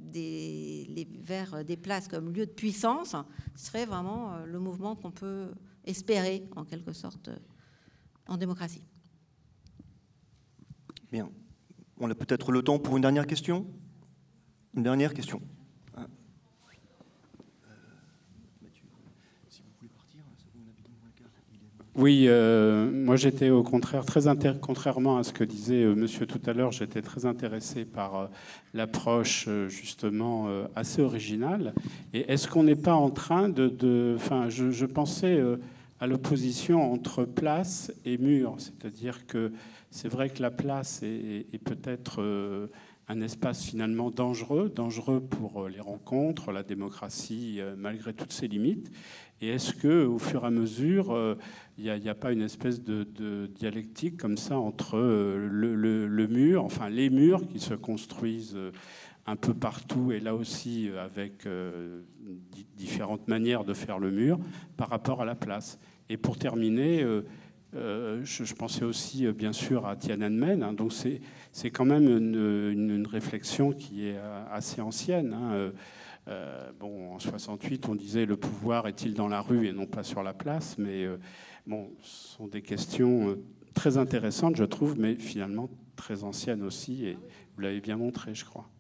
places comme lieu de puissance serait vraiment le mouvement qu'on peut espérer, en quelque sorte, en démocratie. Bien. On a peut-être le temps pour une dernière question. Une dernière question. Oui, moi j'étais au contraire contrairement à ce que disait monsieur tout à l'heure, j'étais très intéressé par l'approche justement assez originale. Et est-ce qu'on n'est pas en train enfin, je pensais à l'opposition entre place et mur, c'est-à-dire que c'est vrai que la place est peut-être un espace finalement dangereux pour les rencontres, la démocratie, malgré toutes ses limites. Et est-ce qu'au fur et à mesure, il n'y a pas une espèce de dialectique comme ça entre le mur, enfin les murs qui se construisent un peu partout, et là aussi avec différentes manières de faire le mur, par rapport à la place. Et pour terminer, je pensais aussi bien sûr à Tiananmen, hein, donc c'est quand même une réflexion qui est assez ancienne, hein. Bon, en 68, on disait le pouvoir est-il dans la rue et non pas sur la place, mais bon, ce sont des questions très intéressantes, je trouve, mais finalement très anciennes aussi, et vous l'avez bien montré, je crois.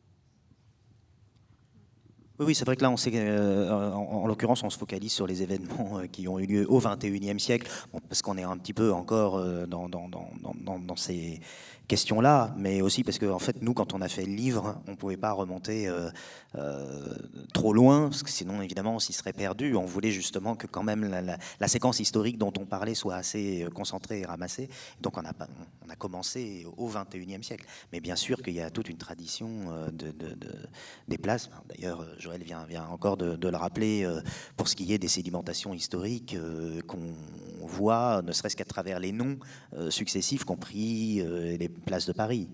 Oui, c'est vrai que là, en l'occurrence, on se focalise sur les événements qui ont eu lieu au XXIe siècle, bon, parce qu'on est un petit peu encore dans ces questions-là, mais aussi parce que, en fait, nous, quand on a fait le livre, on ne pouvait pas remonter trop loin, parce que sinon, évidemment, on s'y serait perdu. On voulait justement que quand même la séquence historique dont on parlait soit assez concentrée et ramassée. Donc, on a commencé au XXIe siècle. Mais bien sûr qu'il y a toute une tradition des places. D'ailleurs, Joël vient encore de le rappeler, pour ce qui est des sédimentations historiques qu'on voit, ne serait-ce qu'à travers les noms successifs qu'ont pris les places de Paris.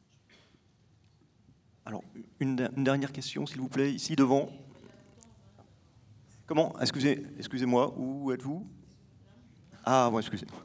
Alors, une dernière question, s'il vous plaît, ici devant. Comment? Excusez-moi, où êtes-vous? Ah, bon, excusez-moi.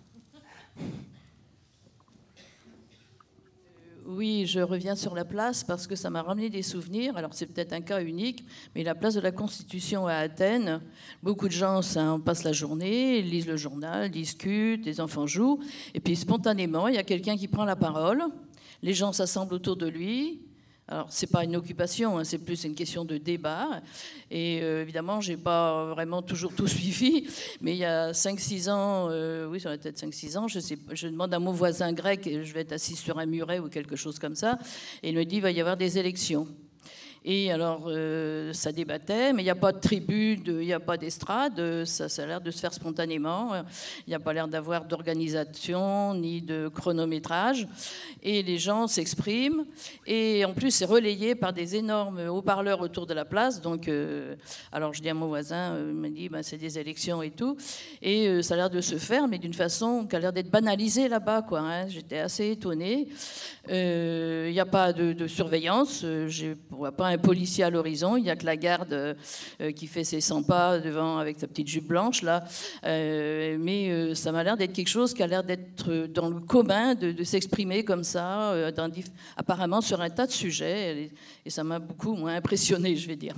Oui, je reviens sur la place parce que ça m'a ramené des souvenirs. Alors, c'est peut-être un cas unique, mais la place de la Constitution à Athènes, beaucoup de gens passent la journée, lisent le journal, discutent, les enfants jouent, et puis spontanément, il y a quelqu'un qui prend la parole, les gens s'assemblent autour de lui. Alors, ce n'est pas une occupation, hein, c'est plus une question de débat. Et évidemment, je n'ai pas vraiment toujours tout suivi, mais il y a 5-6 ans, oui, ça aurait peut-être 5-6 ans, je demande à mon voisin grec, je vais être assis sur un muret ou quelque chose comme ça, et il me dit, il va y avoir des élections. Et alors, ça débattait, mais il n'y a pas de tribune, il n'y a pas d'estrade, ça a l'air de se faire spontanément. Il n'y a pas l'air d'avoir d'organisation ni de chronométrage. Et les gens s'expriment. Et en plus, c'est relayé par des énormes haut-parleurs autour de la place. Donc, alors je dis à mon voisin, il me dit, c'est des élections et tout. Et ça a l'air de se faire, mais d'une façon qui a l'air d'être banalisée là-bas, quoi, hein. J'étais assez étonnée. Il n'y a pas de surveillance. Je ne vois pas un policier à l'horizon. Il n'y a que la garde qui fait ses 100 pas devant avec sa petite jupe blanche, là. Mais ça m'a l'air d'être quelque chose qui a l'air d'être dans le commun, de s'exprimer comme ça, apparemment sur un tas de sujets. Et ça m'a beaucoup moins impressionné, je vais dire.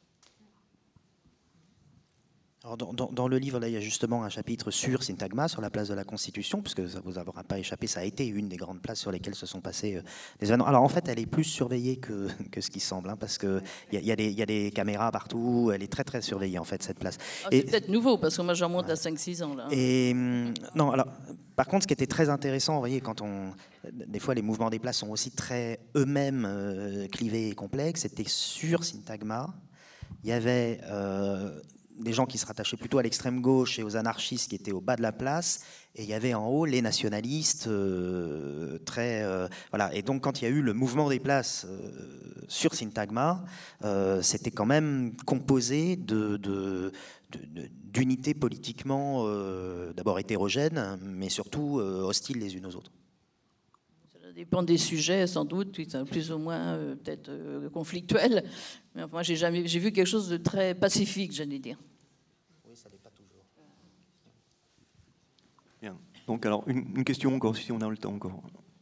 Alors dans le livre, là, il y a justement un chapitre sur Syntagma, sur la place de la Constitution, puisque ça ne vous aura pas échappé, ça a été une des grandes places sur lesquelles se sont passés des événements. Alors en fait, elle est plus surveillée que ce qui semble, hein, parce qu'il y a des caméras partout, elle est très très surveillée en fait, cette place. C'est peut-être nouveau, parce que moi j'en monte à 5-6 ans. Là. Et, non, alors, par contre, ce qui était très intéressant, vous voyez, des fois les mouvements des places sont aussi très eux-mêmes clivés et complexes, c'était sur Syntagma, il y avait... des gens qui se rattachaient plutôt à l'extrême gauche et aux anarchistes qui étaient au bas de la place, et il y avait en haut les nationalistes voilà. Et donc quand il y a eu le mouvement des places sur Syntagma, c'était quand même composé d'unités politiquement d'abord hétérogènes, mais surtout hostiles les unes aux autres. Ça dépend des sujets, sans doute, plus ou moins peut-être conflictuels. Mais enfin, j'ai vu quelque chose de très pacifique, j'allais dire. Oui, ça n'est pas toujours. Bien. Donc alors, une question encore, si on a le temps encore.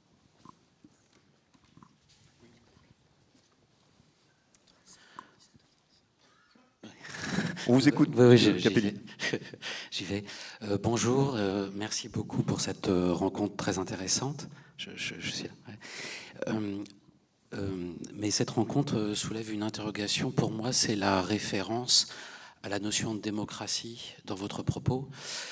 On vous écoute. Oui, j'y vais. Bonjour, merci beaucoup pour cette rencontre très intéressante. Je suis là. Ouais. Mais cette rencontre soulève une interrogation. Pour moi, c'est la référence à la notion de démocratie dans votre propos.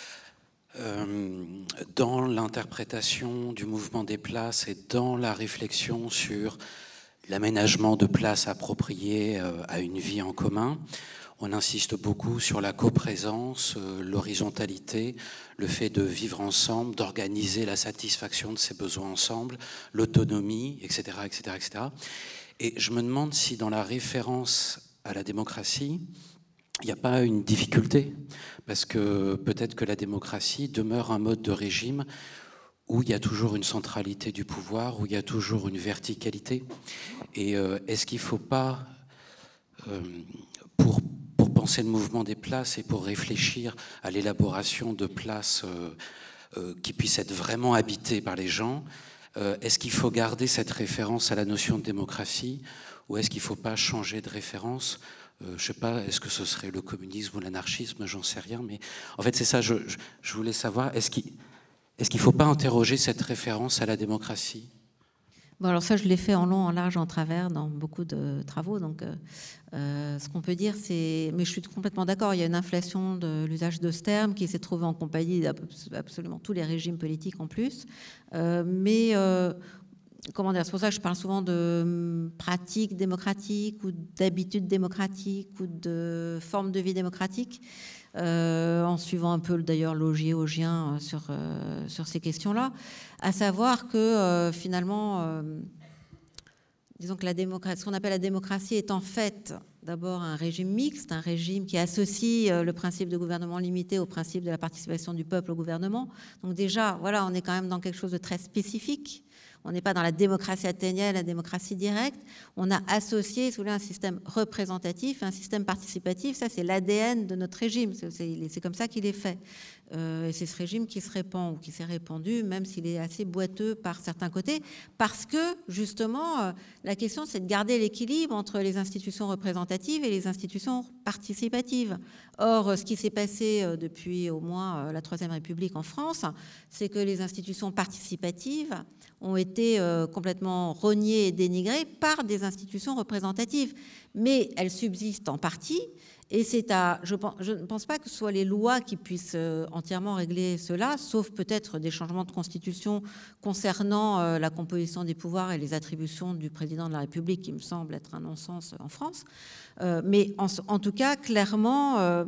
Dans l'interprétation du mouvement des places et dans la réflexion sur l'aménagement de places appropriées à une vie en commun, on insiste beaucoup sur la coprésence, l'horizontalité, le fait de vivre ensemble, d'organiser la satisfaction de ses besoins ensemble, l'autonomie, etc., etc., etc. Et je me demande si dans la référence à la démocratie, il n'y a pas une difficulté, parce que peut-être que la démocratie demeure un mode de régime où il y a toujours une centralité du pouvoir, où il y a toujours une verticalité. Et est-ce qu'il ne faut pas, pour penser le mouvement des places et pour réfléchir à l'élaboration de places qui puissent être vraiment habitées par les gens, est-ce qu'il faut garder cette référence à la notion de démocratie ou est-ce qu'il ne faut pas changer de référence ? Je ne sais pas, est-ce que ce serait le communisme ou l'anarchisme, j'en sais rien, mais en fait c'est ça, je voulais savoir, est-ce qu'il ne faut pas interroger cette référence à la démocratie ? Bon, alors ça, je l'ai fait en long, en large, en travers dans beaucoup de travaux. Donc, ce qu'on peut dire, c'est... Mais je suis complètement d'accord, il y a une inflation de l'usage de ce terme qui s'est trouvé en compagnie d'absolument tous les régimes politiques en plus. Comment dire, c'est pour ça que je parle souvent de pratiques démocratiques ou d'habitudes démocratiques ou de formes de vie démocratique, en suivant un peu d'ailleurs Laugier-Augien sur ces questions-là, à savoir que finalement, disons que ce qu'on appelle la démocratie est en fait d'abord un régime mixte, un régime qui associe le principe de gouvernement limité au principe de la participation du peuple au gouvernement. Donc déjà, voilà, on est quand même dans quelque chose de très spécifique. On n'est pas dans la démocratie athénienne, la démocratie directe. On a associé, si vous voulez, un système représentatif, un système participatif. Ça, c'est l'ADN de notre régime. C'est comme ça qu'il est fait. Et c'est ce régime qui se répand ou qui s'est répandu, même s'il est assez boiteux par certains côtés, parce que, justement, la question, c'est de garder l'équilibre entre les institutions représentatives et les institutions participatives. Or, ce qui s'est passé depuis au moins la Troisième République en France, c'est que les institutions participatives ont été complètement reniées et dénigrées par des institutions représentatives. Mais elles subsistent en partie, et je ne pense pas que ce soit les lois qui puissent entièrement régler cela, sauf peut-être des changements de constitution concernant la composition des pouvoirs et les attributions du président de la République, qui me semble être un non-sens en France. Mais en tout cas, clairement,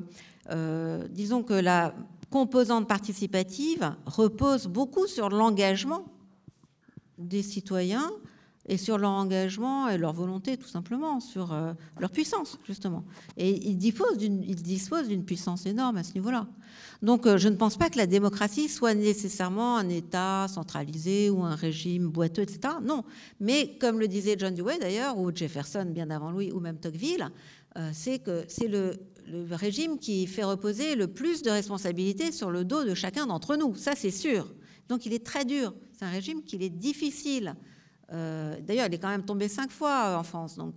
disons que la composante participative repose beaucoup sur l'engagement des citoyens et sur leur engagement et leur volonté, tout simplement, sur leur puissance, justement. Et ils disposent d'une puissance énorme à ce niveau-là. Donc, je ne pense pas que la démocratie soit nécessairement un État centralisé ou un régime boiteux, etc. Non. Mais, comme le disait John Dewey, d'ailleurs, ou Jefferson, bien avant lui, ou même Tocqueville, c'est que c'est le régime qui fait reposer le plus de responsabilités sur le dos de chacun d'entre nous. Ça, c'est sûr. Donc, il est très dur. C'est un régime qu'il est difficile. D'ailleurs, il est quand même tombé 5 fois en France. Donc,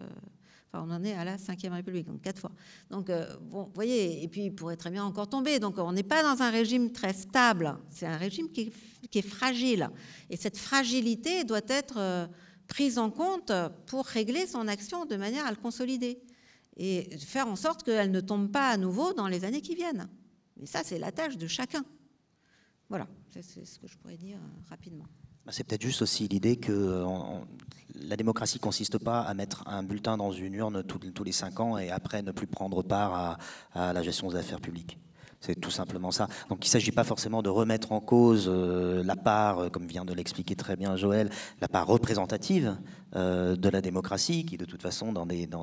on en est à la 5e République, donc 4 fois. Donc, bon, vous voyez, et puis il pourrait très bien encore tomber. Donc, on n'est pas dans un régime très stable. C'est un régime qui est fragile. Et cette fragilité doit être prise en compte pour régler son action de manière à le consolider et faire en sorte qu'elle ne tombe pas à nouveau dans les années qui viennent. Et ça, c'est la tâche de chacun. Voilà, c'est ce que je pourrais dire rapidement. C'est peut-être juste aussi l'idée que la démocratie ne consiste pas à mettre un bulletin dans une urne tous les 5 ans et après ne plus prendre part à la gestion des affaires publiques. C'est tout simplement ça. Donc il ne s'agit pas forcément de remettre en cause la part, comme vient de l'expliquer très bien Joël, la part représentative de la démocratie, qui de toute façon, dans des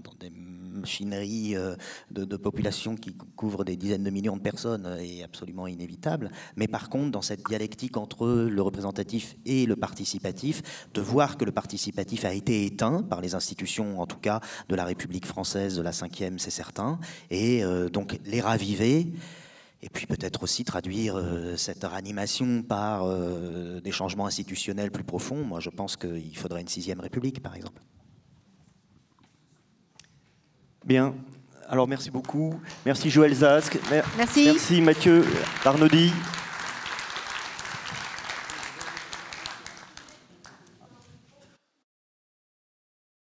machineries de population qui couvrent des dizaines de millions de personnes, est absolument inévitable. Mais par contre, dans cette dialectique entre le représentatif et le participatif, de voir que le participatif a été éteint par les institutions, en tout cas de la République française de la 5e, c'est certain, et donc les raviver. Et puis peut-être aussi traduire cette réanimation par des changements institutionnels plus profonds. Moi, je pense qu'il faudrait une 6e République, par exemple. Bien. Alors, merci beaucoup. Merci Joël Zask. Merci. Merci Mathieu Arnaudy.